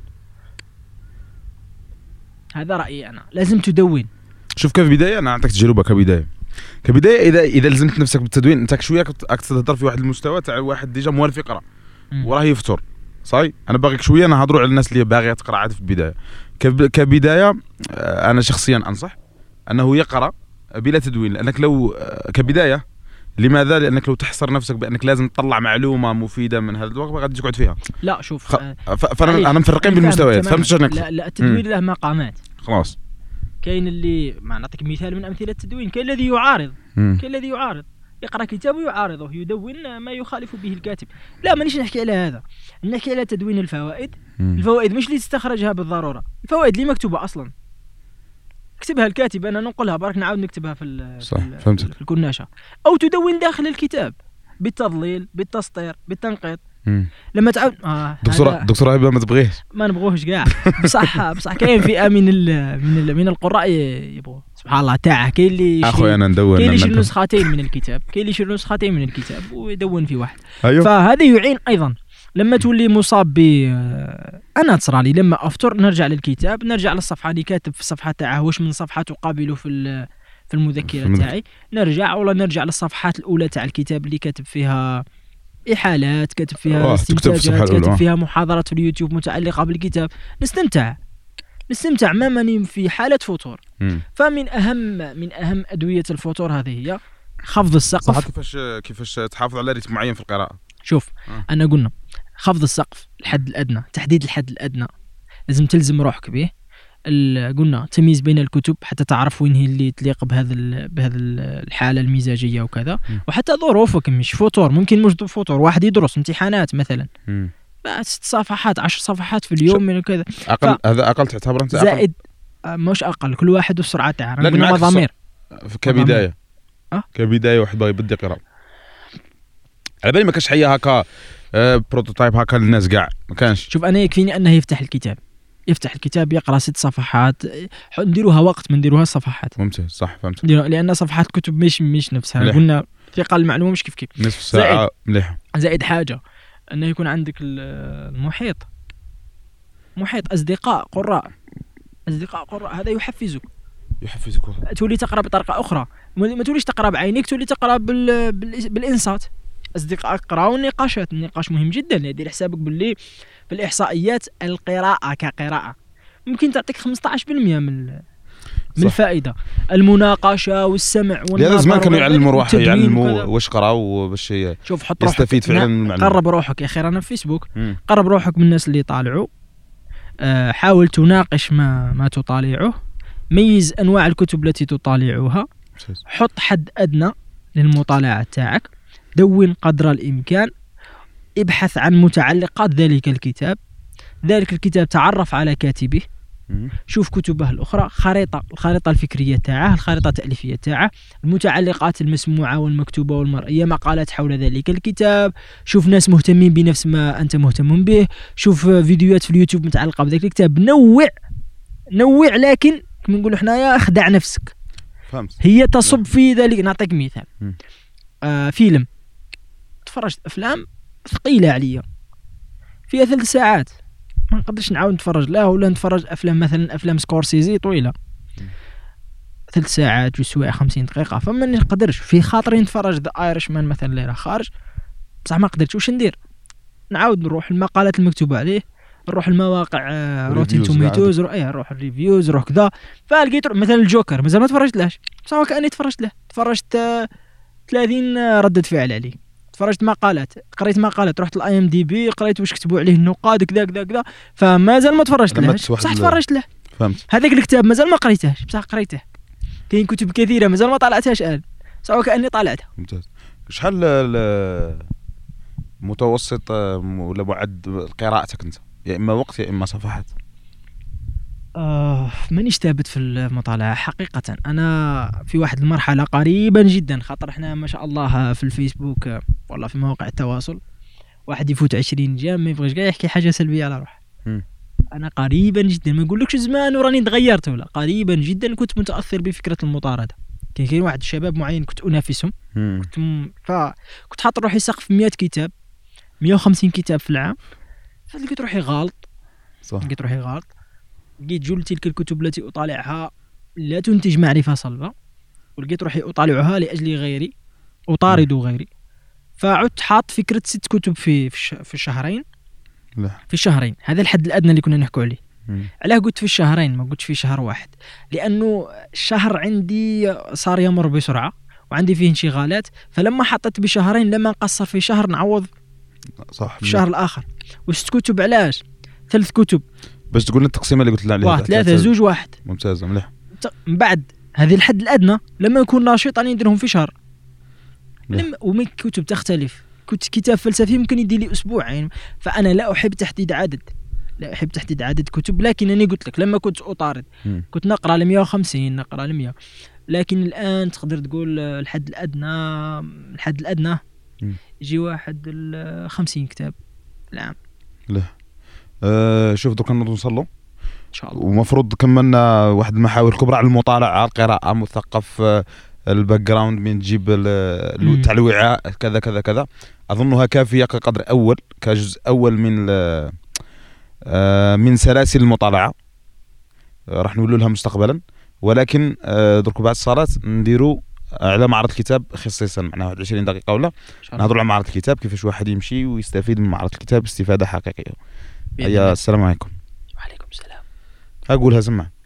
هذا رايي انا. لازم تدون. شوف كبدايه انا اعطيك تجربه كبدايه كبدايه اذا اذا لزمت نفسك بالتدوين انت شويه راك تهضر في واحد المستوى تاع واحد ديجا موالف يقرا وراه يفطر صاي. انا باغيك شويه نهضروا على الناس اللي باغيه تقرا عاد في البدايه. كبدايه انا شخصيا انصح انه يقرا بلا تدوين، لانك لو كبدايه لماذا؟ لانك لو تحصر نفسك بانك لازم تطلع معلومه مفيده من هذا الوقت غادي تقعد فيها. لا شوف خ... فانا انا مفرقين بالمستويات. فهمت شنو لا, لا التدوين له مقامات. خلاص كاين اللي ما نعطيك مثال من امثله التدوين، كاين الذي يعارض كاين الذي يعارض يقرا كتاب ويعارضه يدون ما يخالف به الكاتب. لا مانيش نحكي على هذا، نحكي على تدوين الفوائد. مم. الفوائد مش اللي تستخرجها بالضروره، الفوائد اللي مكتوبه اصلا كتبها الكاتب، انا ننقلها برك نعاود نكتبها في صح. في, في الكناشه، او تدون داخل الكتاب بالتضليل بالتسطير بالتنقيط. مم. لما تعاود آه دكتوره دكتوره هبه ما تبغيهش ما نبغوهش كاع بصح بصح كاين فئه من ال من ال من القراء يبغوا سبحان الله تاعه. كاين اللي اخويا انا ندون، كاين اللي يشري نسختين من الكتاب، كاين اللي يشري نسختين من الكتاب ويدون في واحد. أيوه. فهذا يعين ايضا. لما تولي مصاب ب انا تصرالي لما افطر نرجع للكتاب، نرجع للصفحه اللي كاتب في الصفحه تاعه واش من صفحه تقابله في في المذكره تاعي، نرجع ولا نرجع للصفحات الاولى تاع الكتاب اللي كاتب فيها إحالات، كاتب فيها استنتاجات، كاتب فيها محاضرات في اليوتيوب متعلقة بالكتاب. نستمتع نستمتع ما ماني في حالة فطور. مم. فمن أهم من أهم أدوية الفطور هذه هي خفض السقف. صح. كيفاش كيفاش تحافظ على رتم معين في القراءة؟ شوف آه. أنا قلنا خفض السقف، الحد الأدنى، تحديد الحد الأدنى، لازم تلزم روحك به. قلنا تمييز بين الكتب حتى تعرف وين هي اللي تليق بهذا بهذا الحاله المزاجيه وكذا. م. وحتى ظروفك مش فطور، ممكن مش فطور واحد يدرس امتحانات مثلا ست صفحات عشر صفحات في اليوم من كذا اقل ف... هذا اقل تعتبر انت أقل؟ زائد مش اقل، كل واحد والسرعه تاعه. قلنا مضامير كبدايه أه؟ كبدايه واحد باغي يبدا يقرا على بالي ما كانش حيه هكا آه بروتوتايب هكا للناس كاع ما كانش. شوف انا يكفيني انه يفتح الكتاب يفتح الكتاب يقرا ست صفحات، نديروها وقت ما نديروها الصفحات. ممتاز صح فهمت. لان صفحات الكتب مش مش نفسها مليح. قلنا ثقه المعلومه مش كيف كيف نصف ساعه مليح. زائد حاجه انه يكون عندك المحيط محيط اصدقاء قراء اصدقاء قراء هذا يحفزك يحفزك تولي تقرا بطريقه اخرى، ما توليش تقرا بعينيك، تولي تقرا بال... بال... بالانصات. اصدقائك قراو النقاشات، النقاش مهم جدا. دير حسابك باللي في الاحصائيات القراءه كقراءه ممكن تعطيك خمسطاش بالمئة من من الفائده. المناقشه والسمع والنظر لازم كانوا يعلموا روح يعلموا واش قراو باش شوف حط يستفيد فعلا من المعلومه. قرب روحك يا اخي رانا في فيسبوك، قرب روحك من الناس اللي طالعوا، أه حاول تناقش ما ما تطالعه، ميز انواع الكتب التي تطالعها، حط حد ادنى للمطالعه تاعك، دون قدر الامكان، ابحث عن متعلقات ذلك الكتاب، ذلك الكتاب تعرف على كاتبه، شوف كتبه الأخرى، خريطة الخريطة الفكرية تاعه، الخريطة التأليفية تاعه، المتعلقات المسموعة والمكتوبة والمرئية، مقالات حول ذلك الكتاب، شوف ناس مهتمين بنفس ما أنت مهتم به، شوف فيديوهات في اليوتيوب متعلقة بذلك الكتاب، نوع نوع لكن كما نقولوا حنايا اخدع نفسك. فهمت. هي تصب في ذلك. نعطيك مثال، آه فيلم تفرجت أفلام ثقيلة عليا فيها ثلاث ساعات ما نقدرش نعاود نتفرج لا، ولا نتفرج افلام مثلا افلام سكورسيزي طويله ثلاث ساعات جوج سوايع خمسين دقيقه، فما نقدرش في خاطري نتفرج ذا ايرش مان مثلا اللي راه خارج، بصح ما قدرتش. واش ندير؟ نعاود نروح المقالات المكتوبه عليه، نروح المواقع روتين توميتوز، نروح ايه نروح الريفيوز، نروح كذا. فلقيت مثلا الجوكر مازال ما تفرجت لهش، بصح كاني تفرجت له، تفرجت ثلاثين ردة فعل عليه، تفرجت مقالات، قريت مقالات، رحت الاي ام دي بي قريت واش كتبوا عليه النقاد كذا كذا كذا، فمازال ما تفرجت له، بصح تفرجت له. فهمت. هذاك الكتاب مازال ما قريتهش، بصح قريته. كاين كتب كثيره مازال ما طالعتهاش الان، بصح كاني طالعتها. ممتاز. شحال متوسط ولا معد قراءتك انت؟ يا اما وقت يا اما صفحات؟ آه مانيش ثابت في المطالعة حقيقة. أنا في واحد المرحلة قريبا جدا، خاطر إحنا ما شاء الله في الفيسبوك والله في مواقع التواصل واحد يفوت عشرين جام ما يبغيش قاع يحكي حاجة سلبية على روحه. أنا قريبا جدا، ما نقولكش زمان وراني تغيرت ولا، قريبا جدا كنت متأثر بفكرة المطاردة. كان كاين واحد الشباب معين كنت أنافسهم، كنت م... فكنت حاط روحي سقف مئة كتاب مئة وخمسين كتاب في العام، فلقيت روحي غلط. صح. لقيت روحي غلط، لقيت جل تلك الكتب التي أطالعها لا تنتج معرفة صلبة، ولقيت روحي أطالعها لأجل غيري، أطارد غيري. فعدت حاط فكرة ست كتب في في الشهرين. لا. في الشهرين هذا الحد الأدنى اللي كنا نحكوا عليه. علاه قلت في الشهرين ما قلتش في شهر واحد؟ لأنه الشهر عندي صار يمر بسرعة وعندي فيه انشغالات، فلما حطيت بشهرين لما نقصر في شهر نعوض صح في الشهر الآخر. وست كتب علاش؟ ثلاث كتب باش تقول التقسيمه اللي قلت لنا عليها، واحد ثلاثة زوج واحد. ممتاز مليح. من بعد هذه الحد الأدنى لما يكون نشيط راني نديرهم في شهر. ومن كتب تختلف، كنت كتاب فلسفي ممكن يدي لي أسبوعين. فأنا لا أحب تحديد عدد، لا أحب تحديد عدد كتب، لكن أنا قلت لك لما كنت أطارد م. كنت نقرأ لمية وخمسين نقرأ لمية، لكن الآن تقدر تقول الحد الأدنى الحد الأدنى م. يجي واحد خمسين كتاب العام. لا أه شوف دوك نوصلوا ان شاء الله، ومفروض كملنا واحد المحاور كبرى على المطالعه، القراءه، مثقف، الباك جراوند من تجيب تاع الوعاء كذا كذا كذا. اظنها كافيه كقدر اول، كجزء اول من من سلاسل المطالعه راح نقول لها مستقبلا. ولكن درك بعد الصلاه نديروا على معرض الكتاب خصيصا، معناها واحد عشرين دقيقه ولا نهضروا على معرض الكتاب، كيفاش واحد يمشي ويستفيد من معرض الكتاب استفاده حقيقيه. يا السلام عليكم. وعليكم السلام. اقولها سمع.